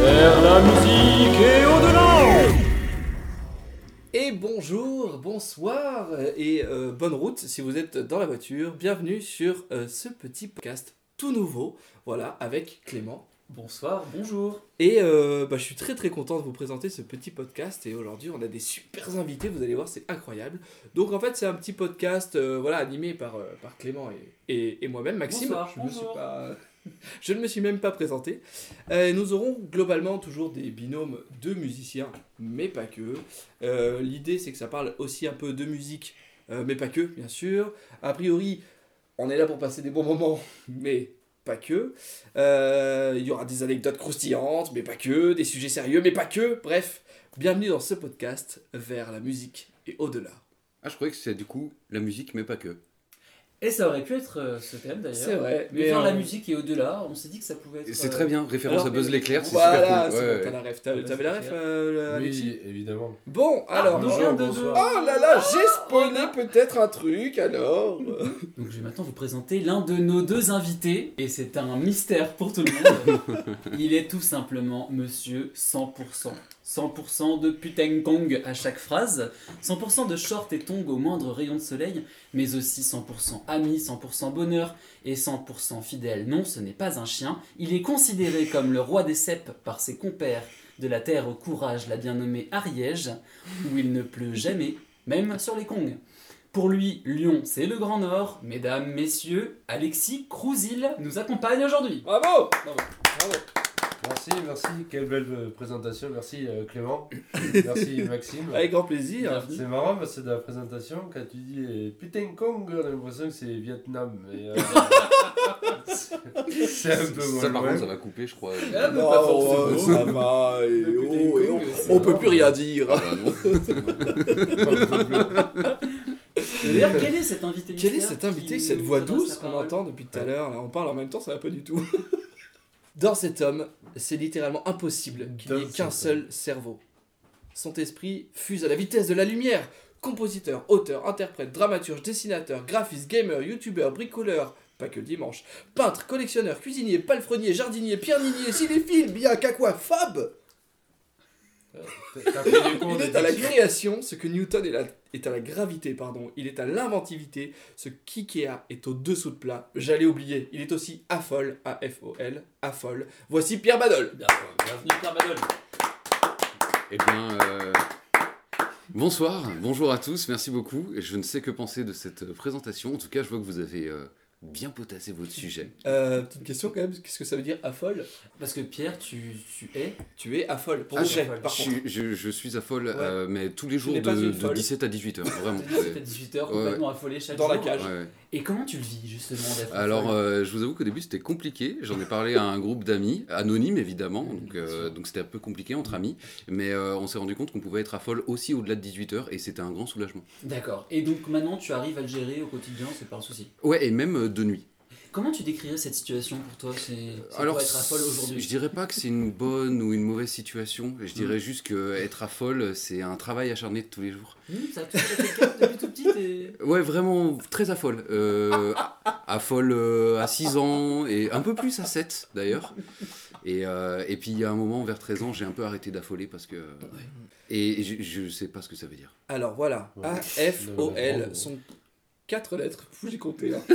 Vers la musique et au-delà. Et bonjour, bonsoir et bonne route si vous êtes dans la voiture. Bienvenue sur ce petit podcast tout nouveau, voilà, avec Clément. Bonsoir, bonjour. Et je suis très très content de vous présenter ce petit podcast. Et aujourd'hui, on a des super invités, vous allez voir, c'est incroyable. Donc en fait, c'est un petit podcast animé par Clément et moi-même, Maxime. Bonsoir, Je ne me suis même pas présenté. Nous aurons globalement toujours des binômes de musiciens, mais pas que. L'idée, c'est que ça parle aussi un peu de musique, mais pas que, bien sûr. A priori, on est là pour passer des bons moments, mais pas que. Il y aura des anecdotes croustillantes, mais pas que. Des sujets sérieux, mais pas que. Bref, bienvenue dans ce podcast vers la musique et au-delà. Ah, je croyais que c'était du coup la musique, mais pas que. Et ça aurait pu être ce thème d'ailleurs. C'est vrai. Mais vers la musique et au-delà, on s'est dit que ça pouvait être. C'est très bien, référence alors, à Buzz l'éclair, c'est Voilà, super c'est cool. bon, t'as la ref. T'avais la ref, Alexis ? Oui, évidemment. Bon, alors... bonsoir. Oh là là, j'ai spoilé peut-être un truc, alors... Donc je vais maintenant vous présenter l'un de nos deux invités. Et c'est un mystère pour tout le monde. Il est tout simplement Monsieur 100%. 100% de putain Kong à chaque phrase, 100% de short et tongs au moindre rayon de soleil, mais aussi 100% ami, 100% bonheur et 100% fidèle. Non, ce n'est pas un chien, il est considéré comme le roi des cèpes par ses compères de la terre au courage, la bien nommée Ariège, où il ne pleut jamais, même sur les Kongs. Pour lui, Lyon, c'est le Grand Nord. Mesdames, messieurs, Alexis Crouzil nous accompagne aujourd'hui. Bravo. Merci, quelle belle présentation, merci Clément, merci Maxime. Avec grand plaisir. Bienvenue. C'est marrant parce que dans la présentation, quand tu dis putain Kong, on a l'impression que c'est Vietnam. Mais, c'est un peu Ça, par loin. contre, ça va couper, je crois. Ah, mais Non, pas forcément. ça va, et Le putain oh, et Kong, on peut plus rien dire. Ah bah non. D'ailleurs, quel est cet invité Quel est mystère cet invité, qui cette nous voix adresse douce la qu'on parole entend depuis tout à l'heure? Là, on parle en même temps, ça va pas du tout. Dans cet homme, c'est littéralement impossible qu'il n'y ait Dans qu'un cet seul cerveau. Son esprit fuse à la vitesse de la lumière. Compositeur, auteur, interprète, dramaturge, dessinateur, graphiste, gamer, youtubeur, bricoleur, pas que le dimanche, peintre, collectionneur, cuisinier, palefrenier, jardinier, pierre ninier, cinéphile, bien qu'aquafab. T'as pris du cours Il de est à la diction. création ce que Newton est à la gravité, pardon. Il est à l'inventivité ce qu'IKEA est au-dessous de plat. J'allais oublier, il est aussi affole, A-F-O-L, affole. Voici Pierre Badol. Bienvenue Pierre Badol. Eh bien, bonsoir, bonjour à tous, merci beaucoup. Je ne sais que penser de cette présentation. En tout cas, je vois que vous avez bien potassé votre sujet. Petite question quand même, qu'est-ce que ça veut dire affole? Parce que Pierre, tu es. Tu es affole, pour Ah, le je- jet, affole. par contre. Je suis à folle, Ouais. mais tous les jours n'es pas de une folle. 17 à 18h, vraiment. C'était à 18h, complètement affolé chaque Dans jour. la cage. Ouais. Et comment tu le vis justement d'être Alors, affole je vous avoue qu'au début c'était compliqué. J'en ai parlé à un groupe d'amis, anonymes évidemment, Bien sûr. donc c'était un peu compliqué entre amis. Mais on s'est rendu compte qu'on pouvait être à folle aussi au-delà de 18h et c'était un grand soulagement. D'accord. Et donc maintenant tu arrives à le gérer au quotidien, c'est pas un souci. Ouais, et même de nuit. Comment tu décrirais cette situation pour toi? C'est Alors, quoi être affole aujourd'hui? je dirais pas que c'est une bonne ou une mauvaise situation. Je dirais juste que être à folle, c'est un travail acharné de tous les jours. Ça a toujours été le cas depuis tout petit Ouais, vraiment très à folle. À folle à 6 ans et un peu plus à 7 d'ailleurs. Et puis il y a un moment, vers 13 ans, j'ai un peu arrêté d'affoler parce que. Et je sais pas ce que ça veut dire. Alors voilà, Ouais. A-F-O-L Non. sont 4 lettres, fou j'ai compté là.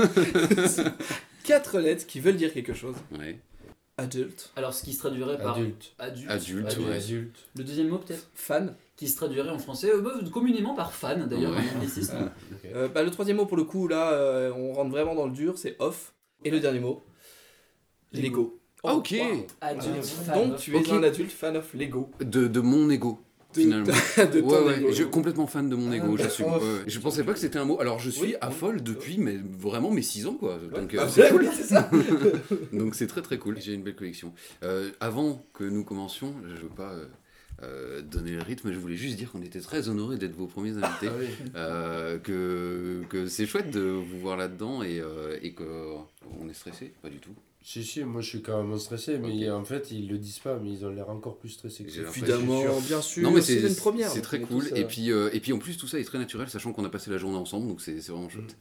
4 lettres qui veulent dire quelque chose. Ouais. Adulte, Alors ce qui se traduirait par Adulte. Adulte, ouais. Adulte. Le deuxième mot peut-être fan. qui se traduirait en français communément par fan d'ailleurs. Ouais. un anglicisme. Ok. Le troisième mot pour le coup, là, on rentre vraiment dans le dur, c'est off. Et le dernier mot, Lego. Ah, ok. Wow. Adulte, fan. Donc tu es Ok. un adulte fan of Lego. De mon ego. De- Finalement. de ton Ouais, ego. je suis complètement fan de mon ego, Ah, j'assume. d'accord. Ouais. Je pensais pas que c'était un mot. Alors je suis Oui, à folle depuis mais vraiment mes 6 ans quoi. Donc Ah, c'est oui, cool. c'est ça. Donc c'est très très cool. J'ai une belle collection. Avant que nous commencions, je veux pas donner le rythme, je voulais juste dire qu'on était très honorés d'être vos premiers invités. Ah oui. Que c'est chouette de vous voir là-dedans et qu'on est stressé, pas du tout. Si, moi je suis quand même stressé, mais en fait ils le disent pas, mais ils ont l'air encore plus stressés que J'ai ça. l'impression. Évidemment, bien sûr. Non mais c'est c'est une première. c'est très donc, cool tout ça. et puis en plus tout ça est très naturel sachant qu'on a passé la journée ensemble donc c'est vraiment chouette. Oui,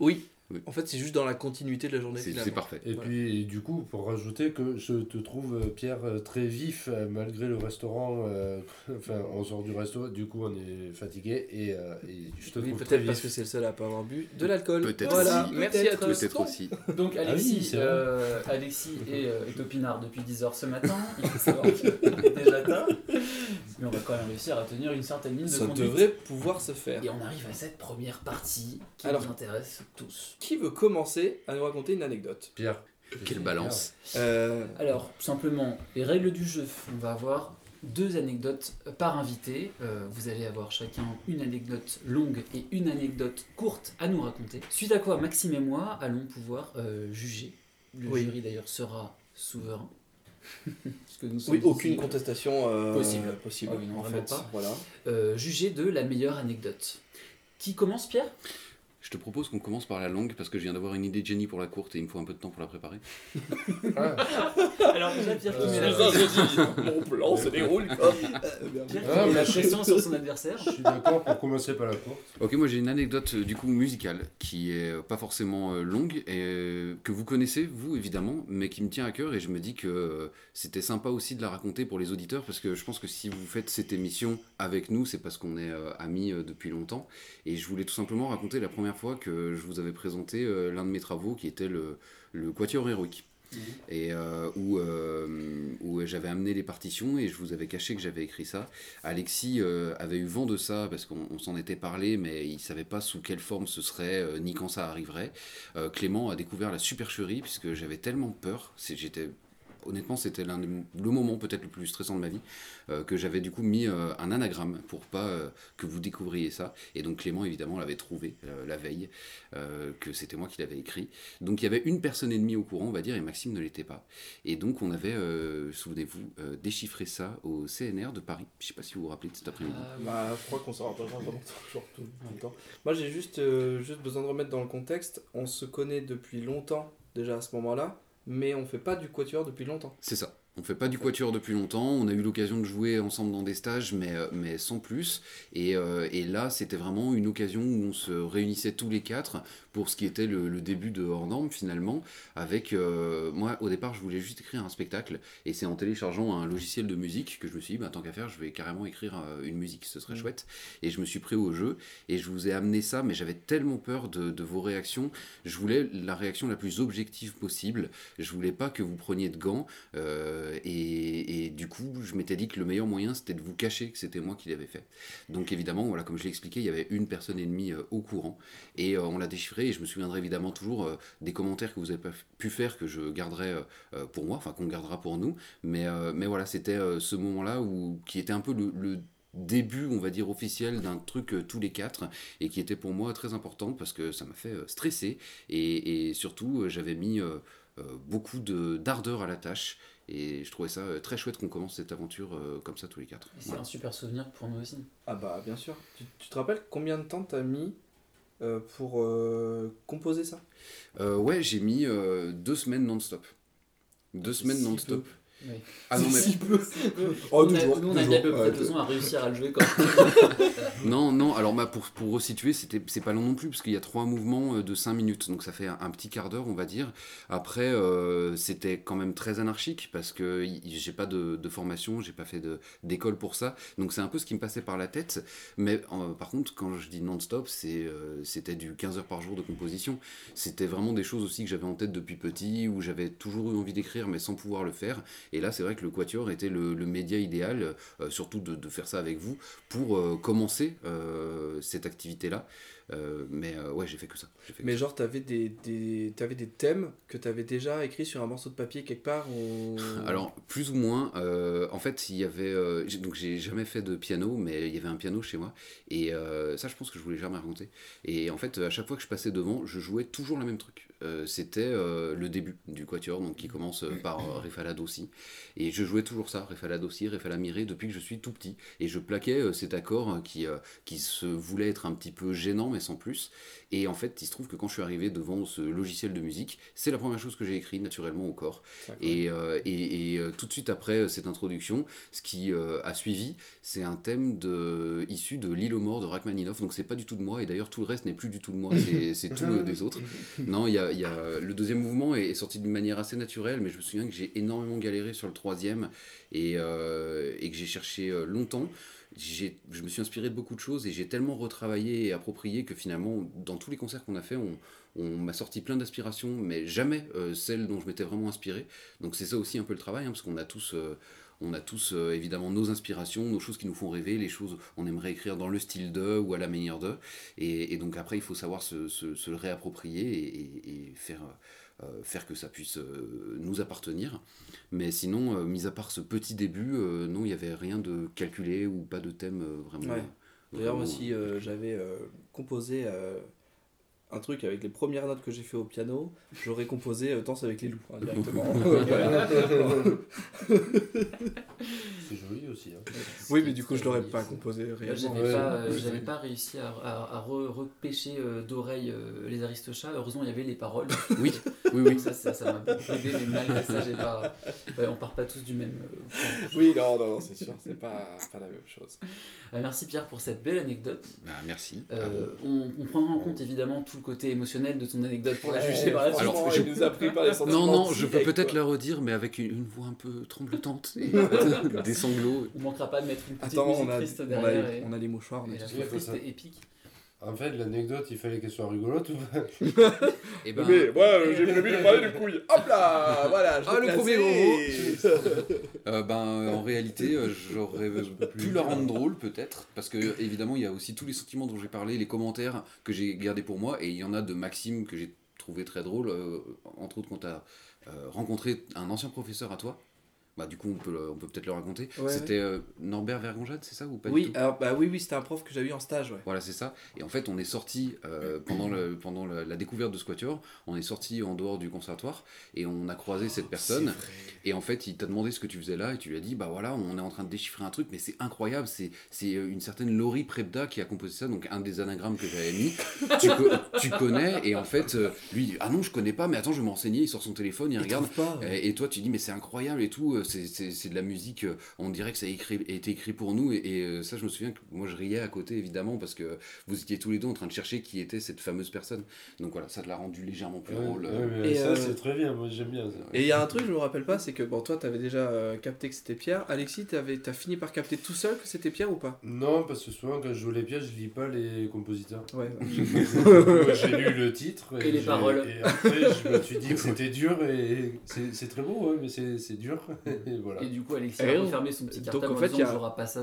En fait, c'est juste dans la continuité de la journée C'est finalement. parfait. Et Voilà. puis, du coup, pour rajouter que je te trouve, Pierre, très vif, malgré le restaurant. Enfin, on sort du resto, du coup, on est fatigué. Et je te Oui, trouve très peut-être parce vif. que c'est le seul à pas avoir bu de l'alcool. Peut-être Voilà, aussi, merci à tous. Peut-être aussi. Donc Alexis, oui, c'est vrai. Alexis est opinard depuis 10h ce matin. Il faut savoir qu'il est déjà tard. Mais on va quand même réussir à tenir une certaine ligne de Ça conduite. devrait pouvoir se faire. Et on arrive à cette première partie qui Alors. nous intéresse tous. Qui veut commencer à nous raconter une anecdote? Pierre. Quelle balance. Alors, tout simplement, les règles du jeu, on va avoir 2 anecdotes par invité. Vous allez avoir chacun une anecdote longue et une anecdote courte à nous raconter. Suite à quoi, Maxime et moi allons pouvoir juger. Le Oui. jury d'ailleurs sera souverain. Parce que nous sommes Oui, aucune ici, contestation possible. possible Ah oui, non, en vraiment fait. pas. Voilà. juger de la meilleure anecdote. Qui commence, Pierre? Je te propose qu'on commence par la longue parce que je viens d'avoir une idée de génie pour la courte et il me faut un peu de temps pour la préparer. Ah, Alors déjà, Pierre qui met la Mon plan se déroule comme. Pierre qui Ah, met la mais je- pression sur son adversaire. je suis d'accord pour commencer par la courte. Ok, moi j'ai une anecdote du coup musicale qui est pas forcément longue et que vous connaissez, vous évidemment, mais qui me tient à cœur et je me dis que c'était sympa aussi de la raconter pour les auditeurs parce que je pense que si vous faites cette émission avec nous, c'est parce qu'on est amis depuis longtemps et je voulais tout simplement raconter la première fois que je vous avais présenté l'un de mes travaux qui était le Quatuor héroïque. Et où j'avais amené les partitions et je vous avais caché que j'avais écrit ça. Alexis avait eu vent de ça parce qu'on s'en était parlé, mais il savait pas sous quelle forme ce serait ni quand ça arriverait. Clément a découvert la supercherie puisque j'avais tellement peur. Honnêtement, c'était le moment peut-être le plus stressant de ma vie, que j'avais du coup mis un anagramme pour pas que vous découvriez ça. Et donc Clément, évidemment, l'avait trouvé la veille, que c'était moi qui l'avais écrit. Donc il y avait une personne et demie au courant, on va dire, et Maxime ne l'était pas. Et donc on avait, souvenez-vous, déchiffré ça au CNR de Paris. Je sais pas si vous vous rappelez de cet après-midi. Bah, je crois qu'on s'en rappellera vraiment toujours tout le temps. Moi, j'ai juste besoin de remettre dans le contexte. On se connaît depuis longtemps, déjà à ce moment-là, mais on fait pas du quatuor depuis longtemps. C'est ça. On fait pas du quatuor depuis longtemps, on a eu l'occasion de jouer ensemble dans des stages, mais sans plus. Et là, c'était vraiment une occasion où on se réunissait tous les quatre pour ce qui était le début de Hors Norme finalement. Avec moi, au départ, je voulais juste écrire un spectacle, et c'est en téléchargeant un logiciel de musique que je me suis dit, bah, tant qu'à faire, je vais carrément écrire une musique, ce serait chouette. Et je me suis pris au jeu, et je vous ai amené ça, mais j'avais tellement peur de vos réactions. Je voulais la réaction la plus objective possible. Je voulais pas que vous preniez de gants. Et du coup, je m'étais dit que le meilleur moyen, c'était de vous cacher que c'était moi qui l'avais fait. Donc évidemment, voilà, comme je l'ai expliqué, il y avait une personne et demie au courant, et on l'a déchiffré, et je me souviendrai évidemment toujours des commentaires que vous avez pu faire, que je garderai pour moi, enfin qu'on gardera pour nous, mais voilà, c'était ce moment-là qui était un peu le début, on va dire, officiel d'un truc tous les quatre, et qui était pour moi très important, parce que ça m'a fait stresser, et surtout, j'avais mis beaucoup d'ardeur à la tâche. Et je trouvais ça très chouette qu'on commence cette aventure comme ça tous les quatre. Et c'est Voilà. un super souvenir pour nous aussi. Ah bah, bien sûr. Tu te rappelles combien de temps t'as mis pour composer ça? Ouais, j'ai mis 2 semaines non-stop. 2 semaines si non-stop. Oui. Ah non, mais Si peu. Oh, toujours, nous, on a mis à peu près 2 ans à réussir à le jouer quand non, alors pour resituer, c'est pas long non plus, parce qu'il y a 3 mouvements de 5 minutes, donc ça fait un petit quart d'heure, on va dire. Après, c'était quand même très anarchique, parce que j'ai pas de formation, j'ai pas fait d'école pour ça, donc c'est un peu ce qui me passait par la tête. Mais par contre, quand je dis non-stop, c'était du 15 heures par jour de composition. C'était vraiment des choses aussi que j'avais en tête depuis petit, où j'avais toujours eu envie d'écrire, mais sans pouvoir le faire. Et là, c'est vrai que le quatuor était le média idéal, surtout de faire ça avec vous, pour commencer cette activité-là. Ouais, j'ai fait que ça. Mais genre, t'avais des thèmes que t'avais déjà écrits sur un morceau de papier quelque part ou... Alors, plus ou moins, en fait, il y avait... donc, j'ai jamais fait de piano, mais il y avait un piano chez moi. Et ça, je pense que je voulais jamais raconter. Et en fait, à chaque fois que je passais devant, je jouais toujours le même truc. c'était le début du quatuor, donc qui commence par Refala Dossi. Et je jouais toujours ça, Refala Dossi, Refala Mire, depuis que je suis tout petit. Et je plaquais cet accord qui se voulait être un petit peu gênant, mais sans plus. Et en fait, il se trouve que quand je suis arrivé devant ce logiciel de musique, c'est la première chose que j'ai écrit naturellement au corps. Et tout de suite après cette introduction, ce qui a suivi, c'est un thème issu de L'île aux morts de Rachmaninoff. Donc c'est pas du tout de moi, et d'ailleurs tout le reste n'est plus du tout de moi, c'est tout des autres. Non, le deuxième mouvement est sorti d'une manière assez naturelle, mais je me souviens que j'ai énormément galéré sur le troisième et que j'ai cherché longtemps. Je me suis inspiré de beaucoup de choses et j'ai tellement retravaillé et approprié que finalement, dans tous les concerts qu'on a fait, on m'a sorti plein d'aspirations, mais jamais celles dont je m'étais vraiment inspiré. Donc c'est ça aussi un peu le travail, parce qu'on a tous évidemment nos inspirations, nos choses qui nous font rêver, les choses on aimerait écrire dans le style de ou à la manière de. Et donc après, il faut savoir se le réapproprier et faire que ça puisse nous appartenir. Mais sinon, mis à part ce petit début, non, il n'y avait rien de calculé ou pas de thème vraiment. Ouais. D'ailleurs, moi aussi, j'avais composé un truc avec les premières notes que j'ai fait au piano. J'aurais composé Danse avec les loups, directement. C'est joli aussi. Hein. Oui, mais du coup, je l'aurais pas composé réellement. J'avais pas réussi à repêcher d'oreille les Aristochats. Heureusement, il y avait les paroles. Oui. Ça m'a beaucoup aidé, mais malgré ça, j'ai pas. Ouais, on part pas tous du même point. Oui, non, c'est sûr, c'est pas la même chose. Merci Pierre pour cette belle anecdote. Merci. On prendra en compte évidemment tout le côté émotionnel de ton anecdote pour la juger par la suite. Alors, il nous a pris par les sentiments. Non, je peux peut-être la redire, mais avec une voix un peu tremblotante et des sanglots. On manquera pas de mettre une petite Attends, musique triste derrière. on a les mouchoirs. Et la voix triste et épique. En fait, l'anecdote, il fallait qu'elle soit rigolote ou pas? Et ben, Mais moi, j'ai prévu de parler du couille. Hop là, voilà. le premier en réalité, j'aurais pu la rendre drôle peut-être, parce que évidemment, il y a aussi tous les sentiments dont j'ai parlé, les commentaires que j'ai gardés pour moi, et il y en a de Maxime que j'ai trouvé très drôle, entre autres quand tu as rencontré un ancien professeur à toi. Bah, du coup, on peut peut-être le raconter. Ouais, c'était Norbert Vergonjade, c'est ça ou pas Oui, du tout? alors, oui, c'était un prof que j'avais eu en stage. Ouais. Voilà, c'est ça. Et en fait, on est sorti pendant la découverte de ce quatuor, on est sorti en dehors du conservatoire et on a croisé cette personne. Et en fait, il t'a demandé ce que tu faisais là et tu lui as dit, bah voilà, on est en train de déchiffrer un truc, mais c'est incroyable. C'est une certaine Laurie Prebda qui a composé ça, donc un des anagrammes que j'avais mis. tu connais. Et en fait, lui, il dit, ah non, je connais pas, mais attends, je vais me renseigner. Il sort son téléphone, il regarde. Pas, ouais. Et toi, tu dis, mais c'est incroyable et tout. C'est de la musique, on dirait que ça a été écrit pour nous, et ça je me souviens que moi je riais à côté évidemment parce que vous étiez tous les deux en train de chercher qui était cette fameuse personne, donc voilà, ça te l'a rendu légèrement plus drôle. Et ça c'est très bien, moi j'aime bien ça. Et il y a un truc je me rappelle pas, c'est que bon, toi t'avais déjà capté que c'était Pierre. Alexis, t'as fini par capter tout seul que c'était Pierre ou pas? Non, parce que souvent quand je joue les pièces je lis pas les compositeurs. Ouais. J'ai lu le titre et les paroles, et après je me suis dit que c'était dur, et c'est très beau, ouais, mais c'est dur. Et voilà. Et du coup, Alexis a refermé son petit cartable en disant, on jouera pas ça.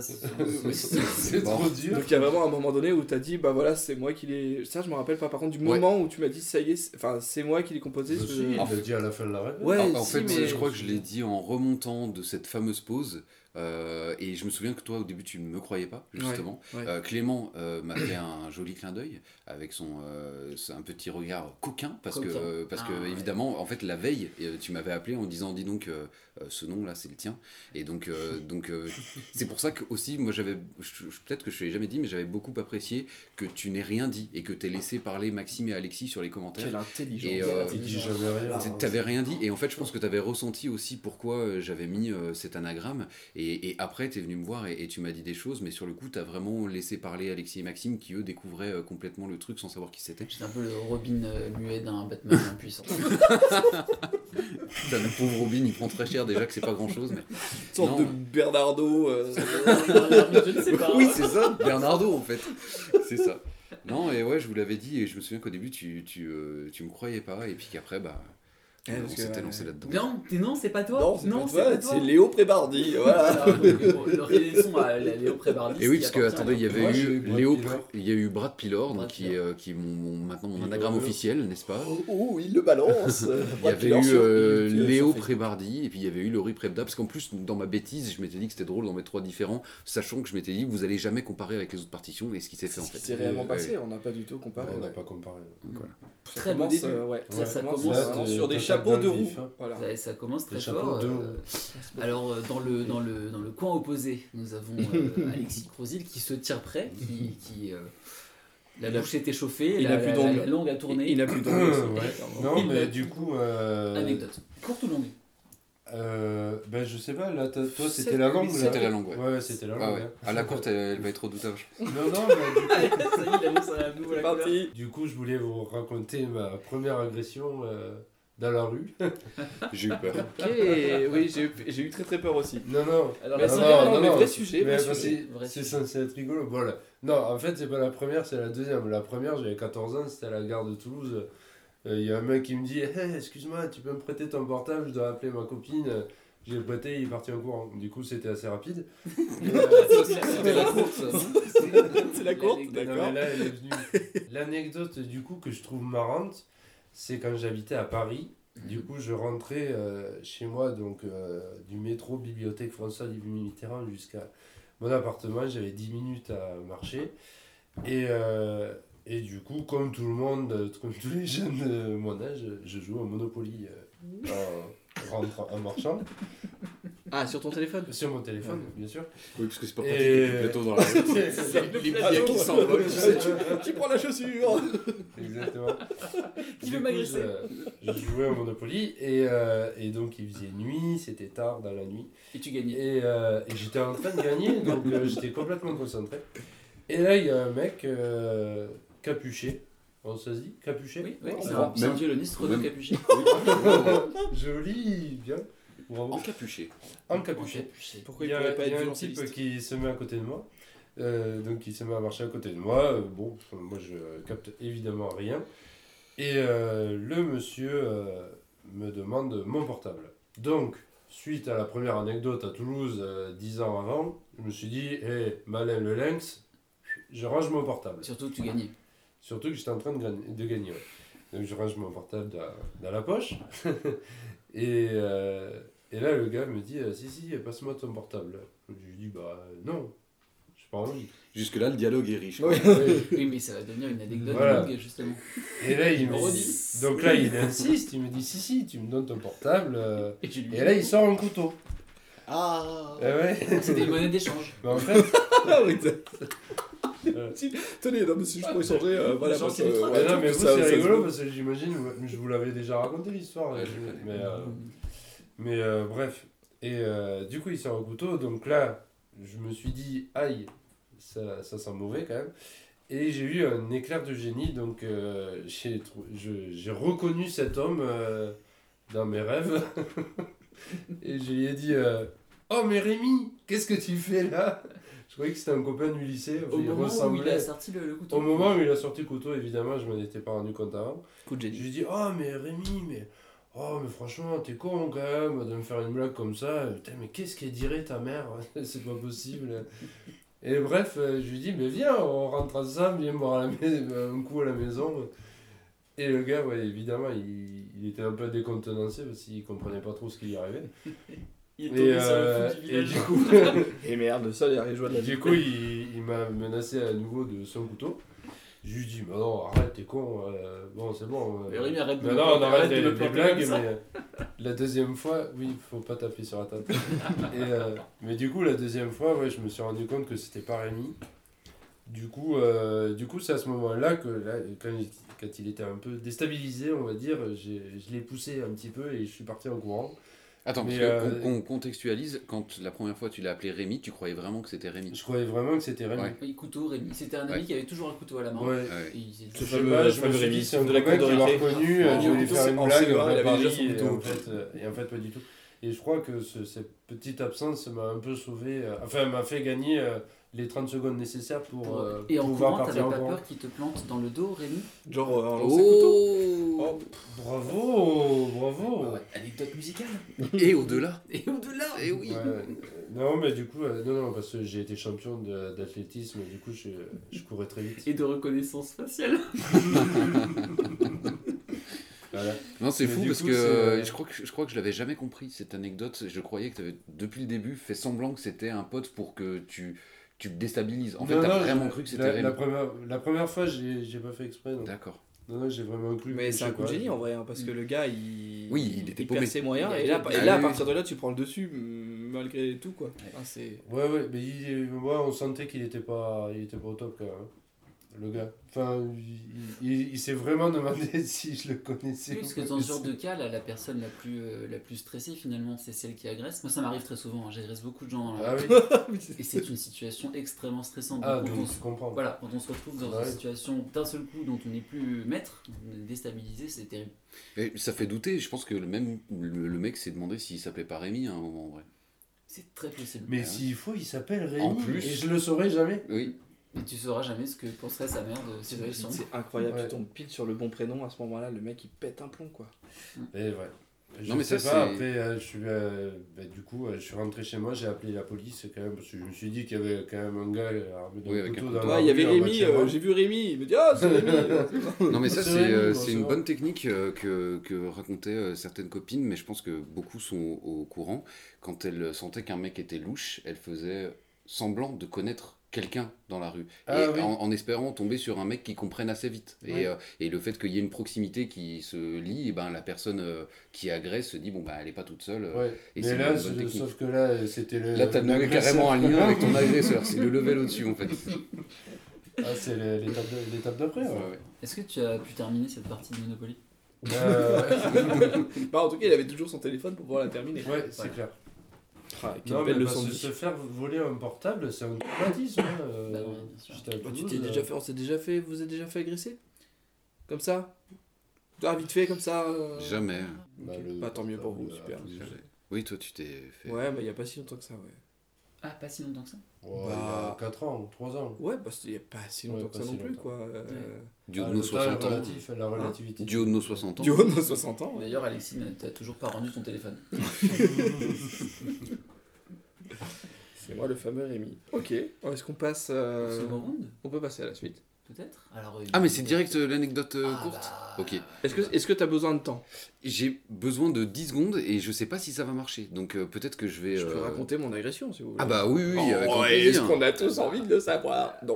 C'est trop dur. Donc il y a vraiment un moment donné où t'as dit, bah voilà, c'est moi qui l'ai. Ça, je me rappelle pas. Par contre, du moment où tu m'as dit, ça y est, c'est moi qui l'ai composé. Il l'a dit à la fin de la répète. Ouais, en fait, mais... je crois que je l'ai dit en remontant de cette fameuse pause. Et je me souviens que toi au début tu ne me croyais pas justement. Ouais. Clément m'a fait un joli clin d'œil avec un petit regard coquin parce que évidemment en fait la veille tu m'avais appelé en disant dis donc ce nom là c'est le tien, et donc c'est pour ça que aussi moi peut-être que je te l'ai jamais dit, mais j'avais beaucoup apprécié que tu n'aies rien dit et que tu aies laissé parler Maxime et Alexis sur les commentaires. Quelle intelligence. Et il dit jamais rien. t'avais rien dit, et en fait je pense que t'avais ressenti aussi pourquoi j'avais mis cet anagramme. Et après, tu es venu me voir et tu m'as dit des choses, mais sur le coup, tu as vraiment laissé parler Alexis et Maxime qui, eux, découvraient complètement le truc sans savoir qui c'était. C'est un peu le Robin muet d'un Batman impuissant. Putain, le pauvre Robin, il prend très cher déjà que c'est pas grand-chose. Mais... Une sorte de Bernardo. Je ne sais pas. Oui, c'est ça, Bernardo en fait. C'est ça. Non, et ouais, je vous l'avais dit, et je me souviens qu'au début, tu me croyais pas, et puis qu'après, bah... parce On que, s'était lancé là-dedans. Non, c'est pas toi. Non, c'est pas toi. c'est Léo Prébardi. Voilà. Alors, donc, le réalisation à Léo Prébardi. Et oui, qui parce que, appartient à attendez, il y Léo. avait Moi, j'ai eu eu Brad Léo, Pillor. il y a eu Brad Pillor, Brad qui est maintenant mon Pillor. anagramme officiel, n'est-ce pas? Oh, il le balance. Il y avait eu Léo Prébardi, et puis il y avait eu Laurie Prebda, parce qu'en plus, dans ma bêtise, je m'étais dit que c'était drôle d'en mettre 3 différents, sachant que je m'étais dit, vous allez jamais comparer avec les autres partitions, et ce qui s'est fait en C'est ce qui fait. s'est réellement Ouais. passé, on n'a pas du tout comparé. On n'a ouais. pas comparé. Voilà. Très beau début. Ouais, Ça commence commence, vraiment sur des t'attaques chapeaux dans de le roue. vif, hein. Voilà. Ça commence très Les chapeaux fort. de roue. Alors, dans le coin opposé, nous avons Alexis Crozil qui se tire prêt, la Il a- bouche est échauffée, il a plus d'ongles. la langue a tourné. Il n'a plus d'ongles. Ouais. Non, Il mais a- du coup. Anecdote. Courte ou longue? Ben je sais pas, là, toi C'est- c'était la langue. là. C'était la langue, ouais. Ouais, c'était la Ah langue. ouais. hein. À la courte, elle va être redoutable. Non, non, mais du coup, Ça y est, il annonce un nouveau C'est la couleur. parti. du coup, je voulais vous raconter ma première agression dans la rue. J'ai eu peur. Ok, oui, j'ai eu très très peur aussi. Non, non. Alors, Mais la c'est première, vrai, non, mais non. vrai sujet, Mais vrai parce sujet. que Vrai c'est sujet. censé être rigolo. Voilà. Non, en fait, c'est pas la première, c'est la deuxième. La première, j'avais 14 ans, c'était à la gare de Toulouse. Il y a un mec qui me dit hey, excuse-moi, tu peux me prêter ton portable, je dois appeler ma copine. J'ai prêté, il est parti en courant. Du coup, c'était assez rapide. C'était la courte. C'est la courte, L'anecdote. Non, d'accord. mais là, elle est venue. L'anecdote du coup que je trouve marrante, c'est quand j'habitais à Paris. Du coup, je rentrais chez moi donc du métro Bibliothèque François Mitterrand jusqu'à mon appartement. J'avais 10 minutes à marcher. Et du coup, comme tout le monde, comme tous les jeunes de mon âge, je joue au Monopoly en marchant. Ah, sur ton téléphone. Sur mon téléphone, bien sûr. Oui, parce que c'est pas Et- pratique avec le plateau dans la rue. Les billets qui s'envolent, tu sais. Tu prends la chaussure. Exactement. Qui Du veut coup, m'agresser? je jouais au Monopoly et donc il faisait nuit, c'était tard dans la nuit. Et tu gagnais. Et j'étais en train de gagner, donc j'étais complètement concentré. Et là, il y a un mec capuché. On se dit capuché. Oui, oui, On c'est prend. un violoniste, Renaud Même- Capuchet. Joli, bien. Bravo. Encapuché. En capuché. Pourquoi Il il y a, pourrait pas il y être a un type violoncelliste? qui se met à côté de moi. Donc il se met à marcher à côté de moi. Bon, moi je capte évidemment rien. Et le monsieur me demande mon portable. Donc, suite à la première anecdote à Toulouse 10 ans avant, je me suis dit, hé, malin le lynx, je range mon portable. Surtout que tu gagnais. Surtout que j'étais en train de gagner. Ouais. Donc je range mon portable dans la poche. et là, le gars me dit, si, passe-moi ton portable. Je lui dis, bah non, j'ai pas envie. Jusque-là, le dialogue est riche. Oui. Oui, mais ça va devenir une anecdote Voilà. longue, justement. Et là, il Il me me dit, donc là, il insiste, il me dit, si, tu me donnes ton portable. Et tu lui Et là, il sort un couteau. Ah. Eh ouais. C'était une monnaie d'échange. Mais en fait, Ah oui. Tenez, non, mais si je pourrais changer, voilà. Genre, parce c'est que, le truc. ouais, non, mais tout vous, ça, c'est ça se rigolo voit. parce que j'imagine, je vous l'avais déjà raconté l'histoire. Ouais, je connais. Mais bref. Et du coup, il sort un couteau. Donc là, je me suis dit, aïe, ça sent mauvais quand même. Et j'ai eu un éclair de génie. Donc j'ai reconnu cet homme dans mes rêves. Et je lui ai dit, oh, mais Rémi, qu'est-ce que tu fais là? Je croyais que c'était un copain du lycée. Enfin, Au il moment où il ressemblait. a sorti le couteau. Au moment où il a sorti le couteau, évidemment, je m'en étais pas rendu compte avant. Coup de Je génie. lui dis, oh, mais Rémi, mais franchement, t'es con quand même de me faire une blague comme ça. Putain, mais qu'est-ce qu'elle dirait ta mère? C'est pas possible. Et bref, je lui dis, mais viens, on rentre ensemble, viens boire un coup à la maison. Et le gars, ouais, évidemment, il était un peu décontenancé parce qu'il comprenait pas trop ce qui lui arrivait. Il est tombé sur le fou du Et village. du coup, Et merde, ça, les rejoint de la du coup, il m'a menacé à nouveau de son couteau. Je lui dis, mais non, arrête, t'es con. Bon, c'est bon. Mais Rémi, arrête de me Non, on planter, arrête de me les planter blagues, comme ça. mais la deuxième fois, oui, faut pas taper sur la table. Mais du coup, la deuxième fois, ouais, je me suis rendu compte que c'était pas Rémi. Du coup, c'est à ce moment-là que, là, quand il était un peu déstabilisé, on va dire, je l'ai poussé un petit peu et je suis parti en courant. Attends, parce Mais, que qu'on contextualise, quand la première fois tu l'as appelé Rémi, tu croyais vraiment que c'était Rémi. Je croyais vraiment que c'était Rémi. Ouais. Oui, couteau, Rémi. C'était un ami Ouais. qui avait toujours un couteau à la main. Ouais. Ouais. Et il s'est dit, Je sais fameux- pas, le je me fameux suis Rémi dit, c'est un de la copain cour de qui m'a récré. reconnu, Ah, je vais lui couteau, faire c'est une en blague CE1, il avait à déjà Paris, son couteau. et en fait pas du tout. Et je crois que cette petite absence m'a un peu sauvé, enfin m'a fait gagner les 30 secondes nécessaires pour Et en pouvoir courant, t'avais partir en pas courant. peur qu'il te plante dans le dos, Rémi? Genre un lancer couteau. Oh Bravo. Anecdote musicale. Et au-delà. Et au-delà. Eh oui. Ouais, non, mais du coup, non, parce que j'ai été champion d'athlétisme, du coup, je courais très vite. Et de reconnaissance faciale. Voilà. Non, c'est Mais fou du parce coup, que c'est- je crois que je l'avais jamais compris cette anecdote. Je croyais que tu avais depuis le début fait semblant que c'était un pote pour que tu te déstabilises. En fait, Non, t'as non, vraiment cru que c'était la Rémi. première fois, j'ai pas fait exprès. Non, D'accord. non, j'ai vraiment cru. Mais que, c'est je un sais coup de pas, génie en vrai, hein, parce que le gars il. Oui, il était paumé. perd ses moyens, Il et là, a- et là à oui, partir de là, tu prends le dessus, malgré tout quoi. Enfin, c'est. Ouais, mais moi, on sentait qu'il était pas au top quand même. Hein, le gars. Enfin, il s'est vraiment demandé si je le connaissais. Oui, parce que dans ce genre de cas, là, la personne la plus stressée, finalement, c'est celle qui agresse. Moi, ça m'arrive très souvent, hein, j'agresse beaucoup de gens. Là. Ah oui. Et c'est une situation extrêmement stressante. Ah, Donc, quand donc on je se- comprends. Voilà, quand on se retrouve dans Ouais. une situation d'un seul coup dont on n'est plus maître, on est déstabilisé, c'est terrible. Mais ça fait douter. Je pense que le mec s'est demandé s'il s'appelait pas Rémi à un moment en vrai. C'est très possible. Mais Ouais. s'il faut, il s'appelle Rémi. En plus- Et je le saurai jamais. Oui. Et tu sauras jamais ce que penserait sa mère de ces situation. C'est incroyable, Ouais. tu tombes pile sur le bon prénom à ce moment-là, le mec il pète un plomb quoi. Et ouais. Je Non, mais sais ça, pas, c'est- après, du coup, je suis rentré chez moi, j'ai appelé la police quand même, parce que je me suis dit qu'il y avait quand même un gars armé d'un Oui, avec couteau un dans couteau. la Ouais, il y avait rue, en Rémi, bâtiment. j'ai vu Rémi, il me dit ah c'est Rémi. Non mais ça C'est Rémi, bon, c'est c'est une vrai. bonne technique que racontaient certaines copines, mais je pense que beaucoup sont au courant. Quand elles sentaient qu'un mec était louche, elles faisaient semblant de connaître quelqu'un dans la rue, Ah et oui. en espérant tomber sur un mec qui comprenne assez vite. Oui. Et le fait qu'il y ait une proximité qui se lie, et ben la personne qui agresse se dit bon bah elle est pas toute seule. Ouais. Et Mais c'est là, une bonne technique. sauf que là, c'était le. Là t'as noué l'agresseur. carrément un lien avec ton agresseur, c'est le level au-dessus en fait. Ah, c'est l'étape d'après. Ouais, Ouais. ouais. Est-ce que tu as pu terminer cette partie de Monopoly? Bah en tout cas il avait toujours son téléphone pour pouvoir la terminer. Ouais, c'est clair. Ah, quelle Non, mais belle parce leçon de que vie. se faire voler un portable, c'est un traumatisme. Hein, Bah oui, bien sûr. j'étais à Bah, tu Toulouse, t'es déjà fait, vous êtes déjà fait agresser? Comme ça? Ah, vite fait comme ça Jamais. Bah, Bah, tant mieux pour vous, à super. Toulouse. Oui toi tu t'es fait. Ouais, bah il y a pas si longtemps que ça, ouais. Ah, pas si longtemps que ça. Ouais, Bah. il y a 4 ans, 3 ans. Ouais, bah il y a pas si longtemps Ouais, que ça pas non si plus, longtemps. quoi. Du haut de Ah, nos le temps 60 ans. relatif, la relativité. Du haut de nos 60 ans. Du haut de nos 60 ans, ouais. D'ailleurs, Alexis, t'as toujours pas rendu ton téléphone. C'est moi le fameux Rémi. Ok, est-ce qu'on passe... Second round, On peut passer à la suite. peut-être. Alors, Ah mais c'est direct l'anecdote Ah, courte. bah. Ok. Est-ce que t'as besoin de temps? J'ai besoin de 10 secondes et je sais pas si ça va marcher. Donc peut-être que je vais. Je peux raconter mon agression, si vous voulez. Ah bah oui, oui, avec Oh, grand est-ce plaisir. qu'on a tous envie de le savoir? Non.